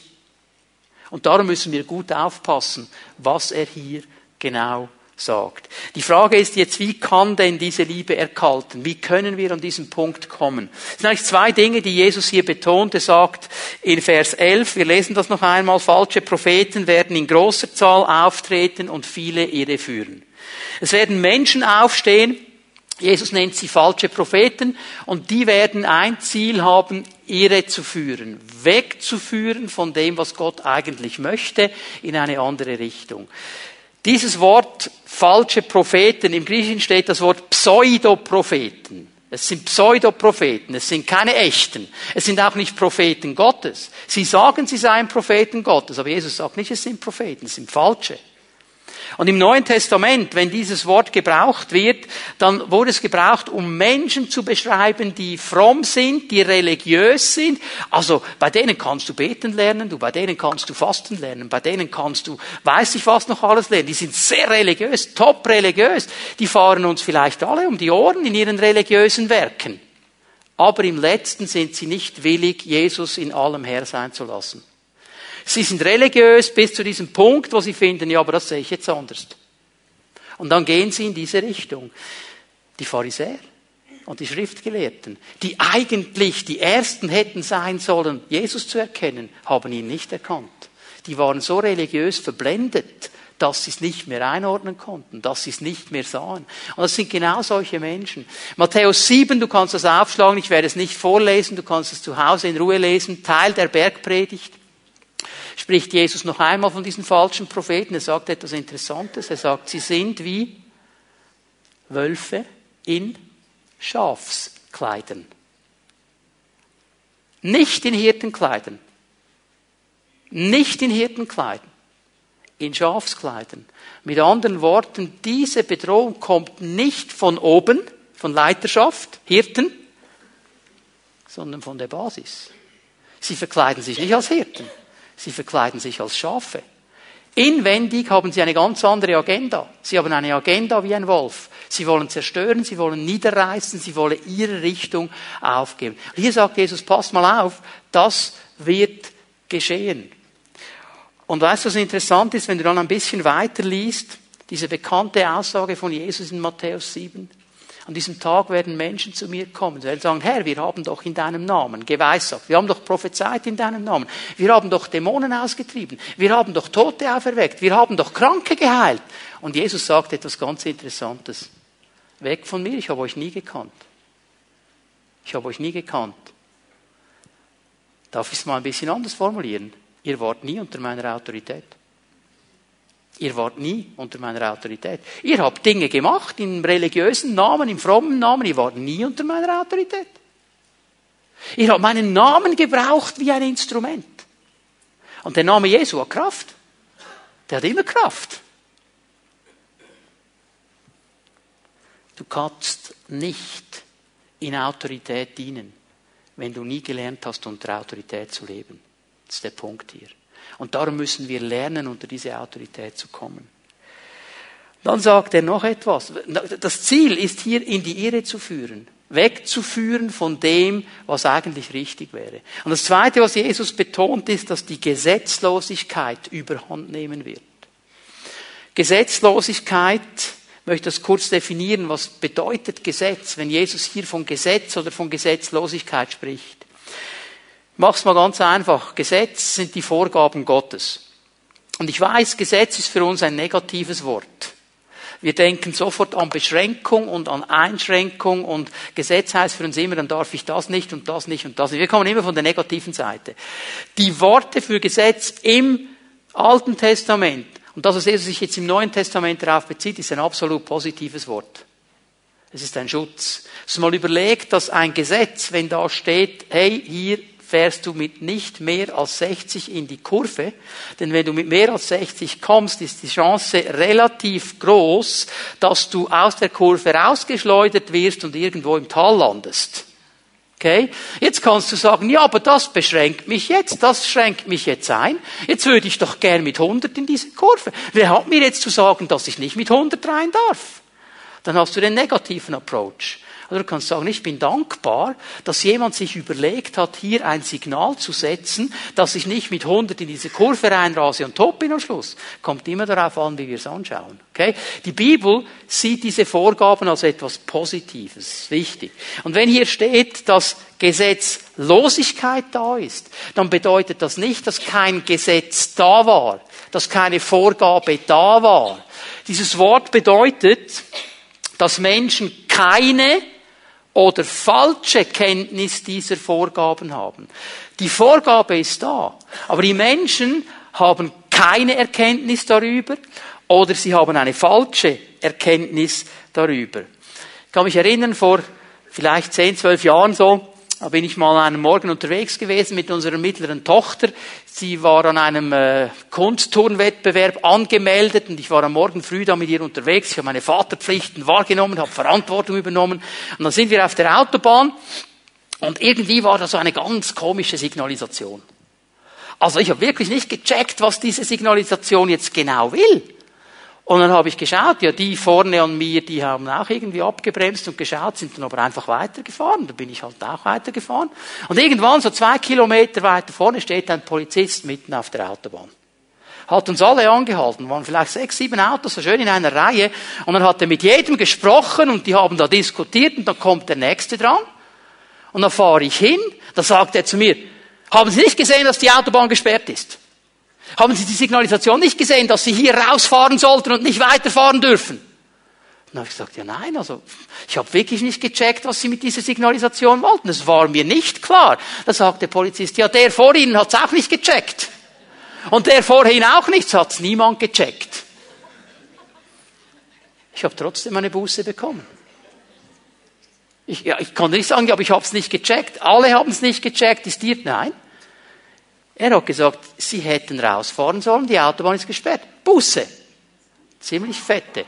Und darum müssen wir gut aufpassen, was er hier genau sagt. Die Frage ist jetzt, wie kann denn diese Liebe erkalten? Wie können wir an diesen Punkt kommen? Es sind eigentlich zwei Dinge, die Jesus hier betont. Er sagt in Vers elf, wir lesen das noch einmal, falsche Propheten werden in großer Zahl auftreten und viele irreführen. Es werden Menschen aufstehen, Jesus nennt sie falsche Propheten, und die werden ein Ziel haben, irre zu führen, wegzuführen von dem, was Gott eigentlich möchte, in eine andere Richtung. Dieses Wort falsche Propheten, im Griechischen steht das Wort Pseudopropheten. Es sind Pseudopropheten, es sind keine echten. Es sind auch nicht Propheten Gottes. Sie sagen, sie seien Propheten Gottes, aber Jesus sagt nicht, es sind Propheten, es sind falsche. Und im Neuen Testament, wenn dieses Wort gebraucht wird, dann wurde es gebraucht, um Menschen zu beschreiben, die fromm sind, die religiös sind. Also bei denen kannst du beten lernen, du, bei denen kannst du fasten lernen, bei denen kannst du, weiß ich was noch alles lernen. Die sind sehr religiös, top religiös. Die fahren uns vielleicht alle um die Ohren in ihren religiösen Werken. Aber im Letzten sind sie nicht willig, Jesus in allem Herr sein zu lassen. Sie sind religiös bis zu diesem Punkt, wo sie finden, ja, aber das sehe ich jetzt anders. Und dann gehen sie in diese Richtung. Die Pharisäer und die Schriftgelehrten, die eigentlich die Ersten hätten sein sollen, Jesus zu erkennen, haben ihn nicht erkannt. Die waren so religiös verblendet, dass sie es nicht mehr einordnen konnten, dass sie es nicht mehr sahen. Und das sind genau solche Menschen. Matthäus sieben, du kannst das aufschlagen, ich werde es nicht vorlesen, du kannst es zu Hause in Ruhe lesen, Teil der Bergpredigt. Spricht Jesus noch einmal von diesen falschen Propheten. Er sagt etwas Interessantes. Er sagt, sie sind wie Wölfe in Schafskleidern. Nicht in Hirtenkleidern. Nicht in Hirtenkleidern, in Schafskleidern. Mit anderen Worten, diese Bedrohung kommt nicht von oben, von Leiterschaft, Hirten, sondern von der Basis. Sie verkleiden sich nicht als Hirten, sie verkleiden sich als Schafe. Inwendig haben sie eine ganz andere Agenda. Sie haben eine Agenda wie ein Wolf. Sie wollen zerstören, sie wollen niederreißen, sie wollen ihre Richtung aufgeben. Und hier sagt Jesus, passt mal auf, das wird geschehen. Und weißt du, was interessant ist, wenn du dann ein bisschen weiter liest, diese bekannte Aussage von Jesus in Matthäus sieben. An diesem Tag werden Menschen zu mir kommen. Sie werden sagen, Herr, wir haben doch in deinem Namen geweissagt. Wir haben doch prophezeit in deinem Namen. Wir haben doch Dämonen ausgetrieben. Wir haben doch Tote auferweckt. Wir haben doch Kranke geheilt. Und Jesus sagt etwas ganz Interessantes. Weg von mir, ich habe euch nie gekannt. Ich habe euch nie gekannt. Darf ich es mal ein bisschen anders formulieren? Ihr wart nie unter meiner Autorität. Ihr wart nie unter meiner Autorität. Ihr habt Dinge gemacht im religiösen Namen, im frommen Namen. Ihr wart nie unter meiner Autorität. Ihr habt meinen Namen gebraucht wie ein Instrument. Und der Name Jesu hat Kraft. Der hat immer Kraft. Du kannst nicht in Autorität dienen, wenn du nie gelernt hast, unter Autorität zu leben. Das ist der Punkt hier. Und darum müssen wir lernen, unter diese Autorität zu kommen. Dann sagt er noch etwas. Das Ziel ist hier, in die Irre zu führen. Wegzuführen von dem, was eigentlich richtig wäre. Und das Zweite, was Jesus betont, ist, dass die Gesetzlosigkeit überhand nehmen wird. Gesetzlosigkeit, ich möchte das kurz definieren, was bedeutet Gesetz, wenn Jesus hier von Gesetz oder von Gesetzlosigkeit spricht. Mach's mal ganz einfach. Gesetz sind die Vorgaben Gottes. Und ich weiß, Gesetz ist für uns ein negatives Wort. Wir denken sofort an Beschränkung und an Einschränkung und Gesetz heißt für uns immer, dann darf ich das nicht und das nicht und das nicht. Wir kommen immer von der negativen Seite. Die Worte für Gesetz im Alten Testament und das, was Jesus sich jetzt im Neuen Testament darauf bezieht, ist ein absolut positives Wort. Es ist ein Schutz. Dass man mal überlegt, dass ein Gesetz, wenn da steht, hey, hier fährst du mit nicht mehr als sechzig in die Kurve. Denn wenn du mit mehr als sechzig kommst, ist die Chance relativ groß, dass du aus der Kurve rausgeschleudert wirst und irgendwo im Tal landest. Okay? Jetzt kannst du sagen, ja, aber das beschränkt mich jetzt, das schränkt mich jetzt ein. Jetzt würde ich doch gern mit hundert in diese Kurve. Wer hat mir jetzt zu sagen, dass ich nicht mit hundert rein darf? Dann hast du den negativen Approach. Oder du kannst sagen, ich bin dankbar, dass jemand sich überlegt hat, hier ein Signal zu setzen, dass ich nicht mit hundert in diese Kurve reinrase und tot bin am Schluss. Kommt immer darauf an, wie wir es anschauen. Okay? Die Bibel sieht diese Vorgaben als etwas Positives. Das ist wichtig. Und wenn hier steht, dass Gesetzlosigkeit da ist, dann bedeutet das nicht, dass kein Gesetz da war, dass keine Vorgabe da war. Dieses Wort bedeutet, dass Menschen keine oder falsche Kenntnis dieser Vorgaben haben. Die Vorgabe ist da, aber die Menschen haben keine Erkenntnis darüber oder sie haben eine falsche Erkenntnis darüber. Ich kann mich erinnern, vor vielleicht zehn, zwölf Jahren so, da bin ich mal an einem Morgen unterwegs gewesen mit unserer mittleren Tochter. Sie war an einem äh, Kunstturnwettbewerb angemeldet und ich war am Morgen früh da mit ihr unterwegs. Ich habe meine Vaterpflichten wahrgenommen, habe Verantwortung übernommen. Und dann sind wir auf der Autobahn und irgendwie war da so eine ganz komische Signalisation. Also ich habe wirklich nicht gecheckt, was diese Signalisation jetzt genau will. Und dann habe ich geschaut, ja, die vorne an mir, die haben auch irgendwie abgebremst und geschaut, sind dann aber einfach weitergefahren. Da bin ich halt auch weitergefahren. Und irgendwann, so zwei Kilometer weiter vorne, steht ein Polizist mitten auf der Autobahn. Hat uns alle angehalten, waren vielleicht sechs, sieben Autos, so schön in einer Reihe. Und dann hat er mit jedem gesprochen und die haben da diskutiert und dann kommt der Nächste dran. Und dann fahre ich hin, da sagt er zu mir, haben Sie nicht gesehen, dass die Autobahn gesperrt ist? Haben Sie die Signalisation nicht gesehen, dass Sie hier rausfahren sollten und nicht weiterfahren dürfen? Dann habe ich gesagt, ja nein, also ich habe wirklich nicht gecheckt, was Sie mit dieser Signalisation wollten. Das war mir nicht klar. Da sagt der Polizist, ja der vor Ihnen hat es auch nicht gecheckt. Und der vorhin auch nicht, hat es niemand gecheckt. Ich habe trotzdem eine Buße bekommen. Ich, ja, ich kann nicht sagen, ja, aber ich habe es nicht gecheckt. Alle haben es nicht gecheckt. Ist dir? Nein. Er hat gesagt, sie hätten rausfahren sollen, die Autobahn ist gesperrt. Busse. Ziemlich fette.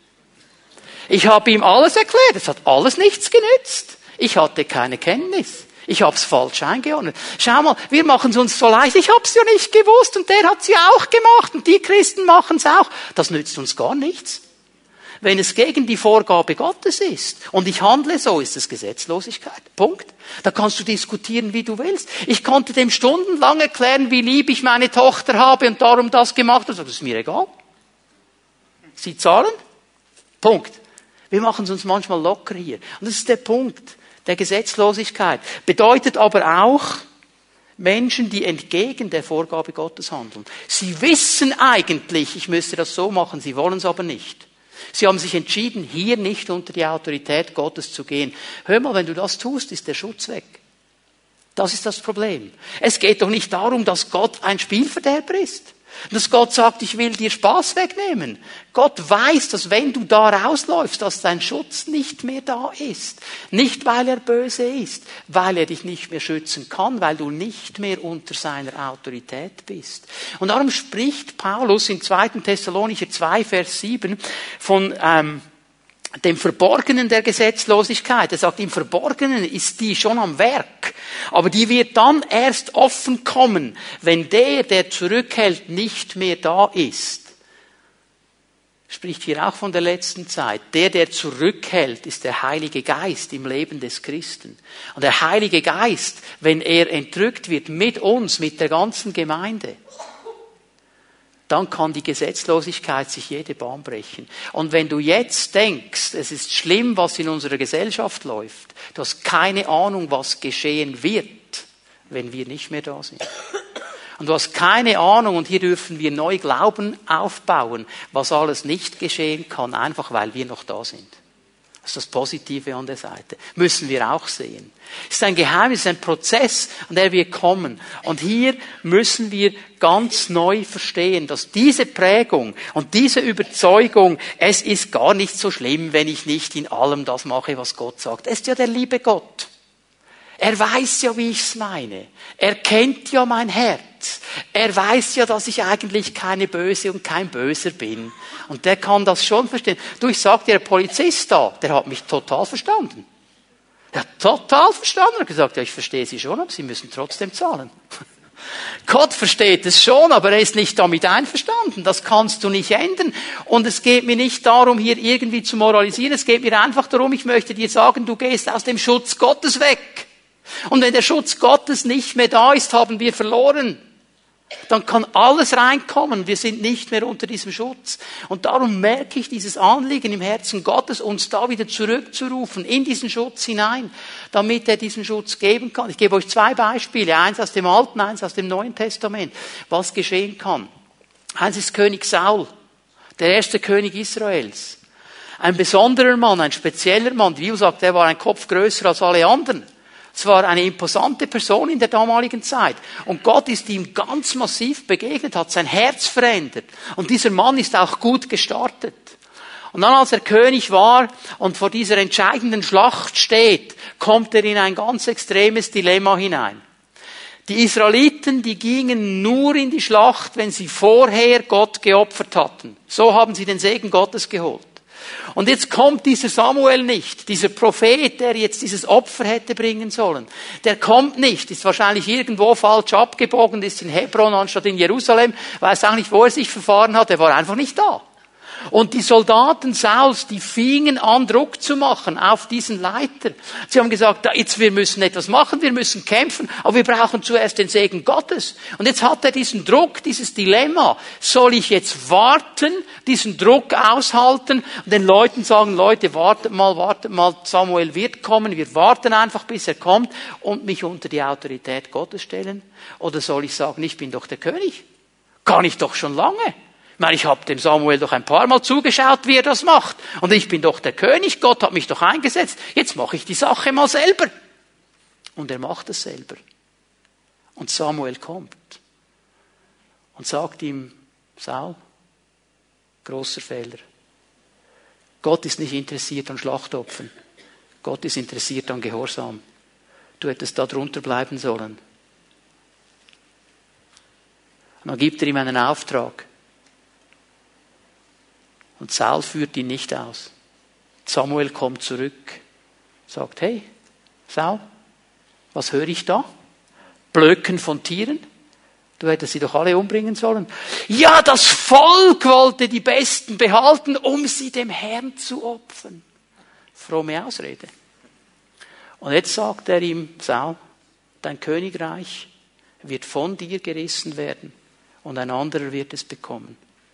Ich habe ihm alles erklärt, es hat alles nichts genützt. Ich hatte keine Kenntnis. Ich habe es falsch eingeordnet. Schau mal, wir machen es uns so leicht, ich habe es ja nicht gewusst und der hat es ja auch gemacht und die Christen machen es auch. Das nützt uns gar nichts. Wenn es gegen die Vorgabe Gottes ist und ich handle so, ist es Gesetzlosigkeit. Punkt. Da kannst du diskutieren, wie du willst. Ich konnte dem stundenlang erklären, wie lieb ich meine Tochter habe und darum das gemacht habe. Das ist mir egal. Sie zahlen? Punkt. Wir machen es uns manchmal locker hier. Und das ist der Punkt der Gesetzlosigkeit. Bedeutet aber auch Menschen, die entgegen der Vorgabe Gottes handeln. Sie wissen eigentlich, ich müsste das so machen, sie wollen es aber nicht. Sie haben sich entschieden, hier nicht unter die Autorität Gottes zu gehen. Hör mal, wenn du das tust, ist der Schutz weg. Das ist das Problem. Es geht doch nicht darum, dass Gott ein Spielverderber ist. Dass Gott sagt, ich will dir Spaß wegnehmen. Gott weiß, dass wenn du da rausläufst, dass dein Schutz nicht mehr da ist. Nicht, weil er böse ist, weil er dich nicht mehr schützen kann, weil du nicht mehr unter seiner Autorität bist. Und darum spricht Paulus in zweiten Thessalonicher zwei, Vers sieben von ähm, dem Verborgenen der Gesetzlosigkeit. Er sagt, im Verborgenen ist die schon am Werk. Aber die wird dann erst offen kommen, wenn der, der zurückhält, nicht mehr da ist. Spricht hier auch von der letzten Zeit. Der, der zurückhält, ist der Heilige Geist im Leben des Christen. Und der Heilige Geist, wenn er entrückt wird mit uns, mit der ganzen Gemeinde, dann kann die Gesetzlosigkeit sich jede Bahn brechen. Und wenn du jetzt denkst, es ist schlimm, was in unserer Gesellschaft läuft, du hast keine Ahnung, was geschehen wird, wenn wir nicht mehr da sind. Und du hast keine Ahnung, und hier dürfen wir neu Glauben aufbauen, was alles nicht geschehen kann, einfach weil wir noch da sind. Das ist das Positive an der Seite. Müssen wir auch sehen. Es ist ein Geheimnis, ein Prozess, an der wir kommen. Und hier müssen wir ganz neu verstehen, dass diese Prägung und diese Überzeugung, es ist gar nicht so schlimm, wenn ich nicht in allem das mache, was Gott sagt. Er ist ja der liebe Gott. Er weiß ja, wie ich's meine. Er kennt ja mein Herz. Er weiß ja, dass ich eigentlich keine Böse und kein Böser bin. Und der kann das schon verstehen. Du, ich sag dir, der Polizist da, der hat mich total verstanden. Er hat total verstanden. Er hat gesagt, ja, ich verstehe Sie schon, aber Sie müssen trotzdem zahlen. Gott versteht es schon, aber er ist nicht damit einverstanden. Das kannst du nicht ändern. Und es geht mir nicht darum, hier irgendwie zu moralisieren. Es geht mir einfach darum, ich möchte dir sagen, du gehst aus dem Schutz Gottes weg. Und wenn der Schutz Gottes nicht mehr da ist, haben wir verloren. Dann kann alles reinkommen. Wir sind nicht mehr unter diesem Schutz. Und darum merke ich dieses Anliegen im Herzen Gottes, uns da wieder zurückzurufen, in diesen Schutz hinein, damit er diesen Schutz geben kann. Ich gebe euch zwei Beispiele, eins aus dem Alten, eins aus dem Neuen Testament, was geschehen kann. Eins ist König Saul, der erste König Israels. Ein besonderer Mann, ein spezieller Mann. Die Bibel sagt, er war ein Kopf größer als alle anderen. Es war eine imposante Person in der damaligen Zeit. Und Gott ist ihm ganz massiv begegnet, hat sein Herz verändert. Und dieser Mann ist auch gut gestartet. Und dann, als er König war und vor dieser entscheidenden Schlacht steht, kommt er in ein ganz extremes Dilemma hinein. Die Israeliten, die gingen nur in die Schlacht, wenn sie vorher Gott geopfert hatten. So haben sie den Segen Gottes geholt. Und jetzt kommt dieser Samuel nicht, dieser Prophet, der jetzt dieses Opfer hätte bringen sollen. Der kommt nicht, ist wahrscheinlich irgendwo falsch abgebogen, ist in Hebron anstatt in Jerusalem, weiß auch nicht, wo er sich verfahren hat, er war einfach nicht da. Und die Soldaten Sauls, die fingen an, Druck zu machen auf diesen Leiter. Sie haben gesagt, jetzt, wir müssen etwas machen, wir müssen kämpfen, aber wir brauchen zuerst den Segen Gottes. Und jetzt hat er diesen Druck, dieses Dilemma. Soll ich jetzt warten, diesen Druck aushalten und den Leuten sagen, Leute, wartet mal, wartet mal, Samuel wird kommen, wir warten einfach, bis er kommt und mich unter die Autorität Gottes stellen? Oder soll ich sagen, ich bin doch der König? Kann ich doch schon lange. Ich meine, ich habe dem Samuel doch ein paar Mal zugeschaut, wie er das macht. Und ich bin doch der König, Gott hat mich doch eingesetzt. Jetzt mache ich die Sache mal selber. Und er macht es selber. Und Samuel kommt und sagt ihm, Saul, großer Fehler. Gott ist nicht interessiert an Schlachtopfern. Gott ist interessiert an Gehorsam. Du hättest da drunter bleiben sollen. Und dann gibt er ihm einen Auftrag. Und Saul führt ihn nicht aus. Samuel kommt zurück, sagt, hey, Saul, was höre ich da? Blöken von Tieren? Du hättest sie doch alle umbringen sollen. Ja, das Volk wollte die Besten behalten, um sie dem Herrn zu opfern. Fromme Ausrede. Und jetzt sagt er ihm, Saul, dein Königreich wird von dir gerissen werden und ein anderer wird es bekommen.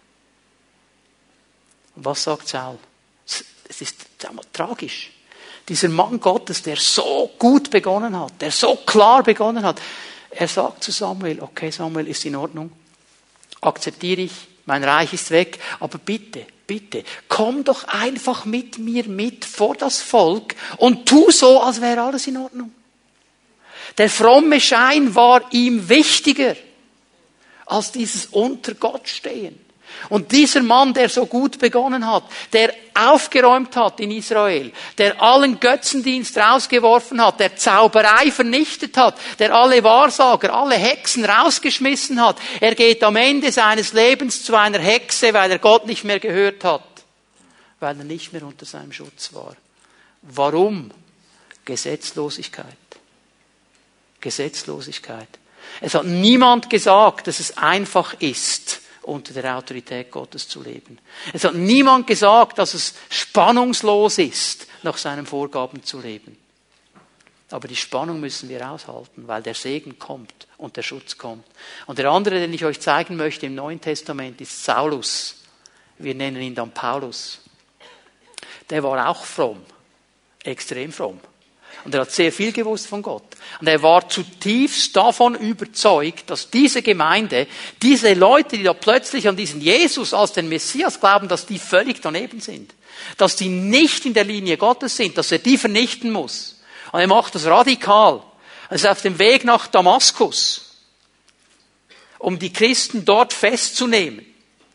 Und was sagt Saul? Es ist tragisch. Dieser Mann Gottes, der so gut begonnen hat, der so klar begonnen hat, er sagt zu Samuel, okay Samuel, ist in Ordnung, akzeptiere ich, mein Reich ist weg, aber bitte, bitte, komm doch einfach mit mir mit vor das Volk und tu so, als wäre alles in Ordnung. Der fromme Schein war ihm wichtiger als dieses unter Gott stehen. Und dieser Mann, der so gut begonnen hat, der aufgeräumt hat in Israel, der allen Götzendienst rausgeworfen hat, der Zauberei vernichtet hat, der alle Wahrsager, alle Hexen rausgeschmissen hat, er geht am Ende seines Lebens zu einer Hexe, weil er Gott nicht mehr gehört hat, weil er nicht mehr unter seinem Schutz war. Warum? Gesetzlosigkeit. Gesetzlosigkeit. Es hat niemand gesagt, dass es einfach ist, unter der Autorität Gottes zu leben. Es hat niemand gesagt, dass es spannungslos ist, nach seinen Vorgaben zu leben. Aber die Spannung müssen wir aushalten, weil der Segen kommt und der Schutz kommt. Und der andere, den ich euch zeigen möchte im Neuen Testament, ist Saulus. Wir nennen ihn dann Paulus. Der war auch fromm, extrem fromm. Und er hat sehr viel gewusst von Gott. Und er war zutiefst davon überzeugt, dass diese Gemeinde, diese Leute, die da plötzlich an diesen Jesus als den Messias glauben, dass die völlig daneben sind. Dass die nicht in der Linie Gottes sind, dass er die vernichten muss. Und er macht das radikal. Er ist auf dem Weg nach Damaskus, um die Christen dort festzunehmen.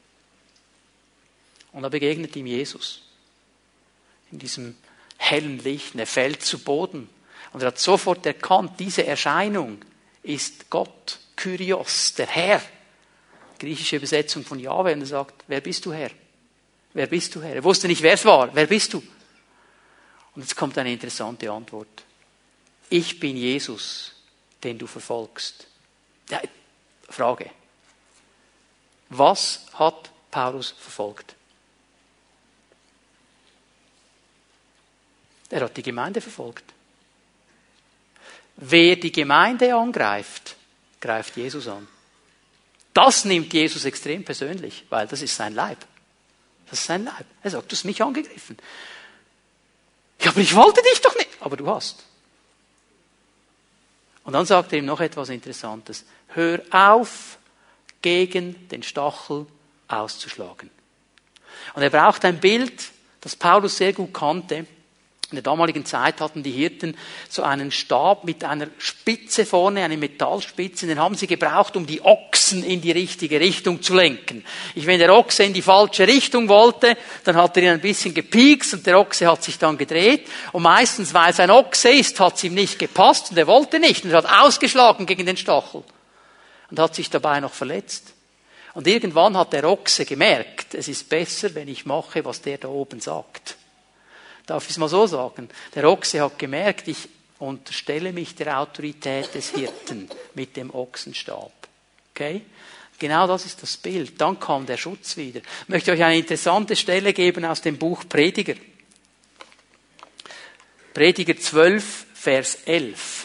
Und da begegnet ihm Jesus. In diesem hellen Licht, und er fällt zu Boden. Und er hat sofort erkannt, diese Erscheinung ist Gott, Kyrios, der Herr. Griechische Übersetzung von Jahwe. Und er sagt, wer bist du, Herr? Wer bist du, Herr? Er wusste nicht, wer es war. Wer bist du? Und jetzt kommt eine interessante Antwort. Ich bin Jesus, den du verfolgst. Ja, Frage. Was hat Paulus verfolgt? Er hat die Gemeinde verfolgt. Wer die Gemeinde angreift, greift Jesus an. Das nimmt Jesus extrem persönlich, weil das ist sein Leib. Das ist sein Leib. Er sagt, du hast mich angegriffen. Ja, aber ich wollte dich doch nicht. Aber du hast. Und dann sagt er ihm noch etwas Interessantes. Hör auf, gegen den Stachel auszuschlagen. Und er braucht ein Bild, das Paulus sehr gut kannte. In der damaligen Zeit hatten die Hirten so einen Stab mit einer Spitze vorne, eine Metallspitze, den haben sie gebraucht, um die Ochsen in die richtige Richtung zu lenken. Ich, wenn der Ochse in die falsche Richtung wollte, dann hat er ihn ein bisschen gepiekst und der Ochse hat sich dann gedreht. Und meistens, weil es ein Ochse ist, hat es ihm nicht gepasst und er wollte nicht und er hat ausgeschlagen gegen den Stachel und hat sich dabei noch verletzt. Und irgendwann hat der Ochse gemerkt, es ist besser, wenn ich mache, was der da oben sagt. Darf ich es mal so sagen? Der Ochse hat gemerkt, ich unterstelle mich der Autorität des Hirten mit dem Ochsenstab. Okay? Genau das ist das Bild. Dann kam der Schutz wieder. Ich möchte euch eine interessante Stelle geben aus dem Buch Prediger. Prediger zwölf, Vers elf.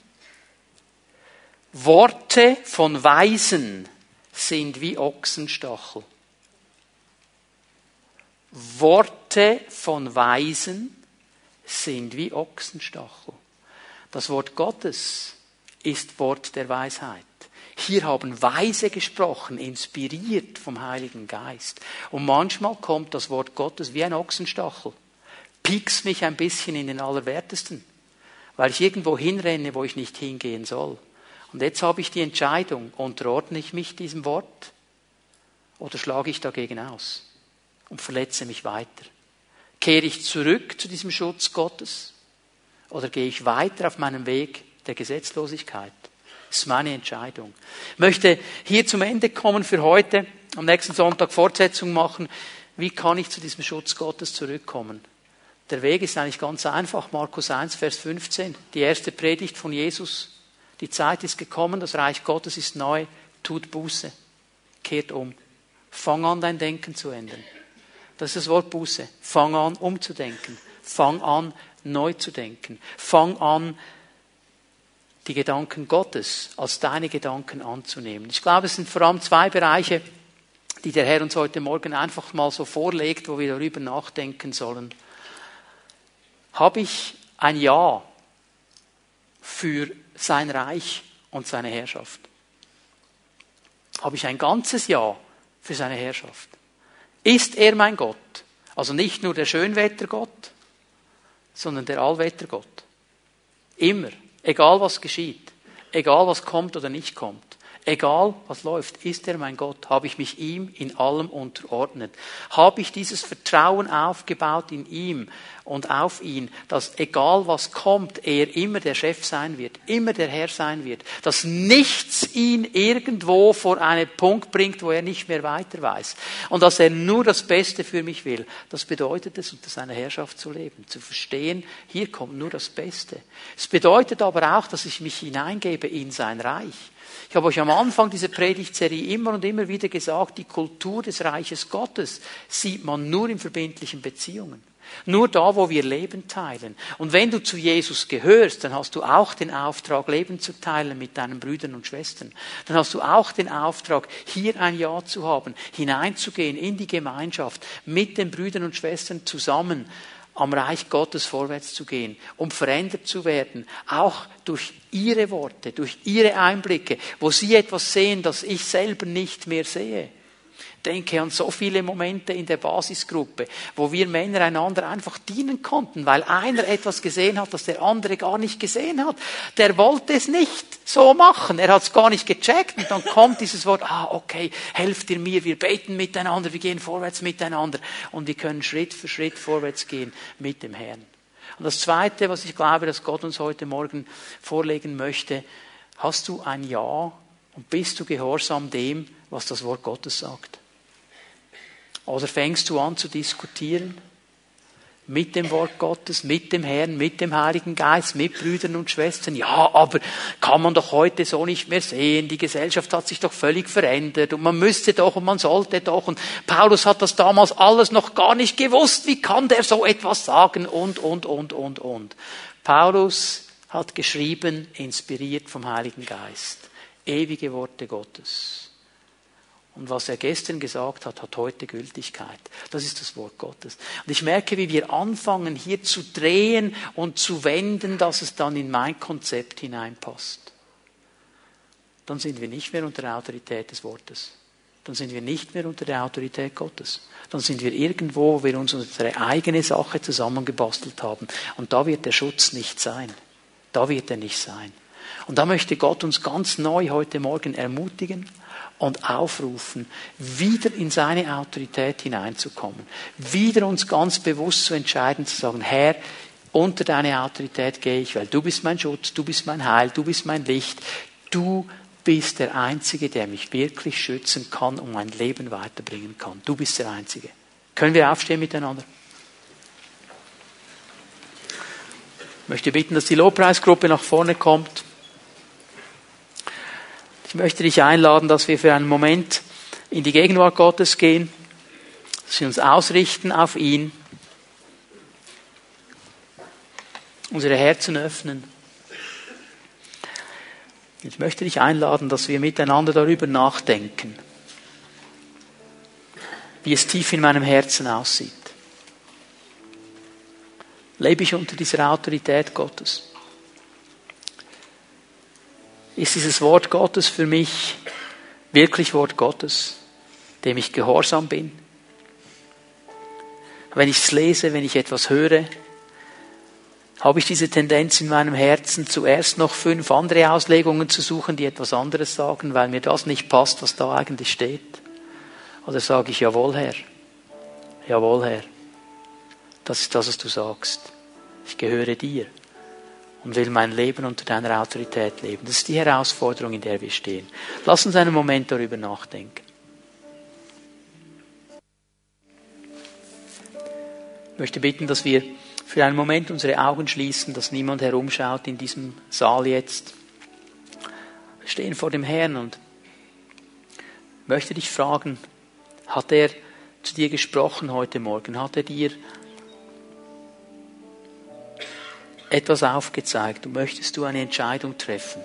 Worte von Weisen sind wie Ochsenstachel. Worte von Weisen sind wie Ochsenstachel. Das Wort Gottes ist Wort der Weisheit. Hier haben Weise gesprochen, inspiriert vom Heiligen Geist. Und manchmal kommt das Wort Gottes wie ein Ochsenstachel. Piekst mich ein bisschen in den Allerwertesten, weil ich irgendwo hinrenne, wo ich nicht hingehen soll. Und jetzt habe ich die Entscheidung, unterordne ich mich diesem Wort oder schlage ich dagegen aus? Und verletze mich weiter. Kehre ich zurück zu diesem Schutz Gottes? Oder gehe ich weiter auf meinem Weg der Gesetzlosigkeit? Das ist meine Entscheidung. Ich möchte hier zum Ende kommen für heute, am nächsten Sonntag Fortsetzung machen. Wie kann ich zu diesem Schutz Gottes zurückkommen? Der Weg ist eigentlich ganz einfach. Markus eins, Vers fünfzehn. Die erste Predigt von Jesus. Die Zeit ist gekommen, das Reich Gottes ist neu. Tut Buße. Kehrt um. Fang an, dein Denken zu ändern. Das ist das Wort Buße. Fang an, umzudenken. Fang an, neu zu denken. Fang an, die Gedanken Gottes als deine Gedanken anzunehmen. Ich glaube, es sind vor allem zwei Bereiche, die der Herr uns heute Morgen einfach mal so vorlegt, wo wir darüber nachdenken sollen. Habe ich ein Ja für sein Reich und seine Herrschaft? Habe ich ein ganzes Ja für seine Herrschaft? Ist er mein Gott? Also nicht nur der Schönwettergott, sondern der Allwettergott. Immer. Egal was geschieht. Egal was kommt oder nicht kommt. Egal was läuft, ist er mein Gott? Habe ich mich ihm in allem unterordnet? Habe ich dieses Vertrauen aufgebaut in ihm und auf ihn, dass egal was kommt, er immer der Chef sein wird, immer der Herr sein wird, dass nichts ihn irgendwo vor einen Punkt bringt, wo er nicht mehr weiter weiß und dass er nur das Beste für mich will. Das bedeutet es, unter seiner Herrschaft zu leben, zu verstehen, hier kommt nur das Beste. Es bedeutet aber auch, dass ich mich hineingebe in sein Reich. Ich habe euch am Anfang dieser Predigtserie immer und immer wieder gesagt, die Kultur des Reiches Gottes sieht man nur in verbindlichen Beziehungen. Nur da, wo wir Leben teilen. Und wenn du zu Jesus gehörst, dann hast du auch den Auftrag, Leben zu teilen mit deinen Brüdern und Schwestern. Dann hast du auch den Auftrag, hier ein Ja zu haben, hineinzugehen in die Gemeinschaft, mit den Brüdern und Schwestern zusammen am Reich Gottes vorwärts zu gehen, um verändert zu werden, auch durch ihre Worte, durch ihre Einblicke, wo sie etwas sehen, das ich selber nicht mehr sehe. Denke an so viele Momente in der Basisgruppe, wo wir Männer einander einfach dienen konnten, weil einer etwas gesehen hat, das der andere gar nicht gesehen hat. Der wollte es nicht so machen, er hat es gar nicht gecheckt und dann kommt dieses Wort, ah okay, helft ihr mir, wir beten miteinander, wir gehen vorwärts miteinander und wir können Schritt für Schritt vorwärts gehen mit dem Herrn. Und das Zweite, was ich glaube, dass Gott uns heute Morgen vorlegen möchte, hast du ein Ja und bist du gehorsam dem, was das Wort Gottes sagt? Oder fängst du an zu diskutieren mit dem Wort Gottes, mit dem Herrn, mit dem Heiligen Geist, mit Brüdern und Schwestern? Ja, aber kann man doch heute so nicht mehr sehen. Die Gesellschaft hat sich doch völlig verändert und man müsste doch und man sollte doch. Und Paulus hat das damals alles noch gar nicht gewusst. Wie kann der so etwas sagen? Und, und, und, und, und. Paulus hat geschrieben, inspiriert vom Heiligen Geist. Ewige Worte Gottes. Und was er gestern gesagt hat, hat heute Gültigkeit. Das ist das Wort Gottes. Und ich merke, wie wir anfangen, hier zu drehen und zu wenden, dass es dann in mein Konzept hineinpasst. Dann sind wir nicht mehr unter der Autorität des Wortes. Dann sind wir nicht mehr unter der Autorität Gottes. Dann sind wir irgendwo, wo wir uns unsere eigene Sache zusammengebastelt haben. Und da wird der Schutz nicht sein. Da wird er nicht sein. Und da möchte Gott uns ganz neu heute Morgen ermutigen und aufrufen, wieder in seine Autorität hineinzukommen. Wieder uns ganz bewusst zu entscheiden, zu sagen, Herr, unter deine Autorität gehe ich, weil du bist mein Schutz, du bist mein Heil, du bist mein Licht. Du bist der Einzige, der mich wirklich schützen kann und mein Leben weiterbringen kann. Du bist der Einzige. Können wir aufstehen miteinander? Ich möchte bitten, dass die Lobpreisgruppe nach vorne kommt. Ich möchte dich einladen, dass wir für einen Moment in die Gegenwart Gottes gehen, dass wir uns ausrichten auf ihn, unsere Herzen öffnen. Ich möchte dich einladen, dass wir miteinander darüber nachdenken, wie es tief in meinem Herzen aussieht. Lebe ich unter dieser Autorität Gottes? Ist dieses Wort Gottes für mich wirklich Wort Gottes, dem ich gehorsam bin? Wenn ich es lese, wenn ich etwas höre, habe ich diese Tendenz in meinem Herzen, zuerst noch fünf andere Auslegungen zu suchen, die etwas anderes sagen, weil mir das nicht passt, was da eigentlich steht? Oder sage ich, jawohl, Herr, jawohl, Herr, das ist das, was du sagst. Ich gehöre dir. und will mein Leben unter deiner Autorität leben. Das ist die Herausforderung, in der wir stehen. Lass uns einen Moment darüber nachdenken. Ich möchte bitten, dass wir für einen Moment unsere Augen schließen, dass niemand herumschaut in diesem Saal jetzt. Wir stehen vor dem Herrn und ich möchte dich fragen, hat er zu dir gesprochen heute Morgen? Hat er dir etwas aufgezeigt und möchtest du eine Entscheidung treffen?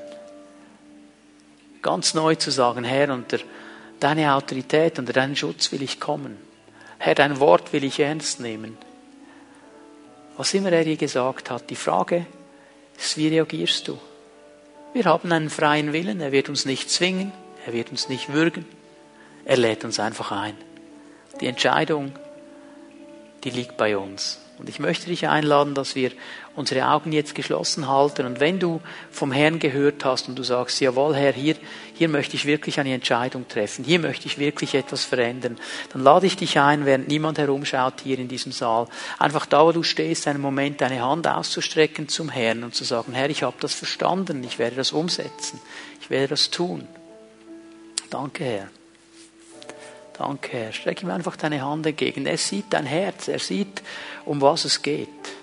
Ganz neu zu sagen, Herr, unter deine Autorität, unter deinen Schutz will ich kommen. Herr, dein Wort will ich ernst nehmen. Was immer er dir gesagt hat, die Frage ist, wie reagierst du? Wir haben einen freien Willen, er wird uns nicht zwingen, er wird uns nicht würgen, er lädt uns einfach ein. Die Entscheidung, die liegt bei uns. Und ich möchte dich einladen, dass wir unsere Augen jetzt geschlossen halten. Und wenn du vom Herrn gehört hast und du sagst, jawohl Herr, hier, hier möchte ich wirklich eine Entscheidung treffen, hier möchte ich wirklich etwas verändern, dann lade ich dich ein, während niemand herumschaut hier in diesem Saal, einfach da, wo du stehst, einen Moment deine Hand auszustrecken zum Herrn und zu sagen, Herr, ich habe das verstanden, ich werde das umsetzen, ich werde das tun. Danke, Herr. Danke, Herr. Streck ihm einfach deine Hand entgegen. Er sieht dein Herz. Er sieht, um was es geht.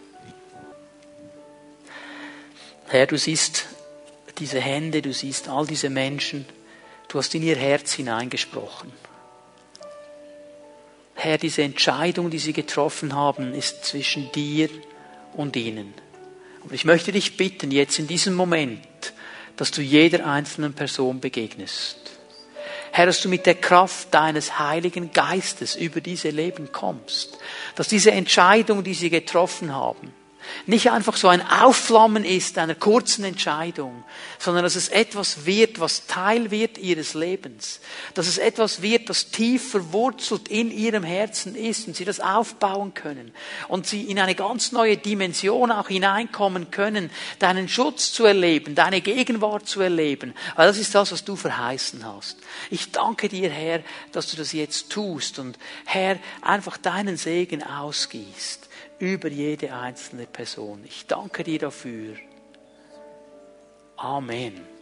Herr, du siehst diese Hände, du siehst all diese Menschen. Du hast in ihr Herz hineingesprochen. Herr, diese Entscheidung, die sie getroffen haben, ist zwischen dir und ihnen. Aber ich möchte dich bitten, jetzt in diesem Moment, dass du jeder einzelnen Person begegnest. Herr, dass du mit der Kraft deines Heiligen Geistes über diese Leben kommst. Dass diese Entscheidung, die sie getroffen haben, nicht einfach so ein Aufflammen ist einer kurzen Entscheidung, sondern dass es etwas wird, was Teil wird ihres Lebens. Dass es etwas wird, das tief verwurzelt in ihrem Herzen ist und sie das aufbauen können. Und sie in eine ganz neue Dimension auch hineinkommen können, deinen Schutz zu erleben, deine Gegenwart zu erleben. Weil das ist das, was du verheißen hast. Ich danke dir, Herr, dass du das jetzt tust und Herr, einfach deinen Segen ausgießt über jede einzelne Person. Ich danke dir dafür. Amen.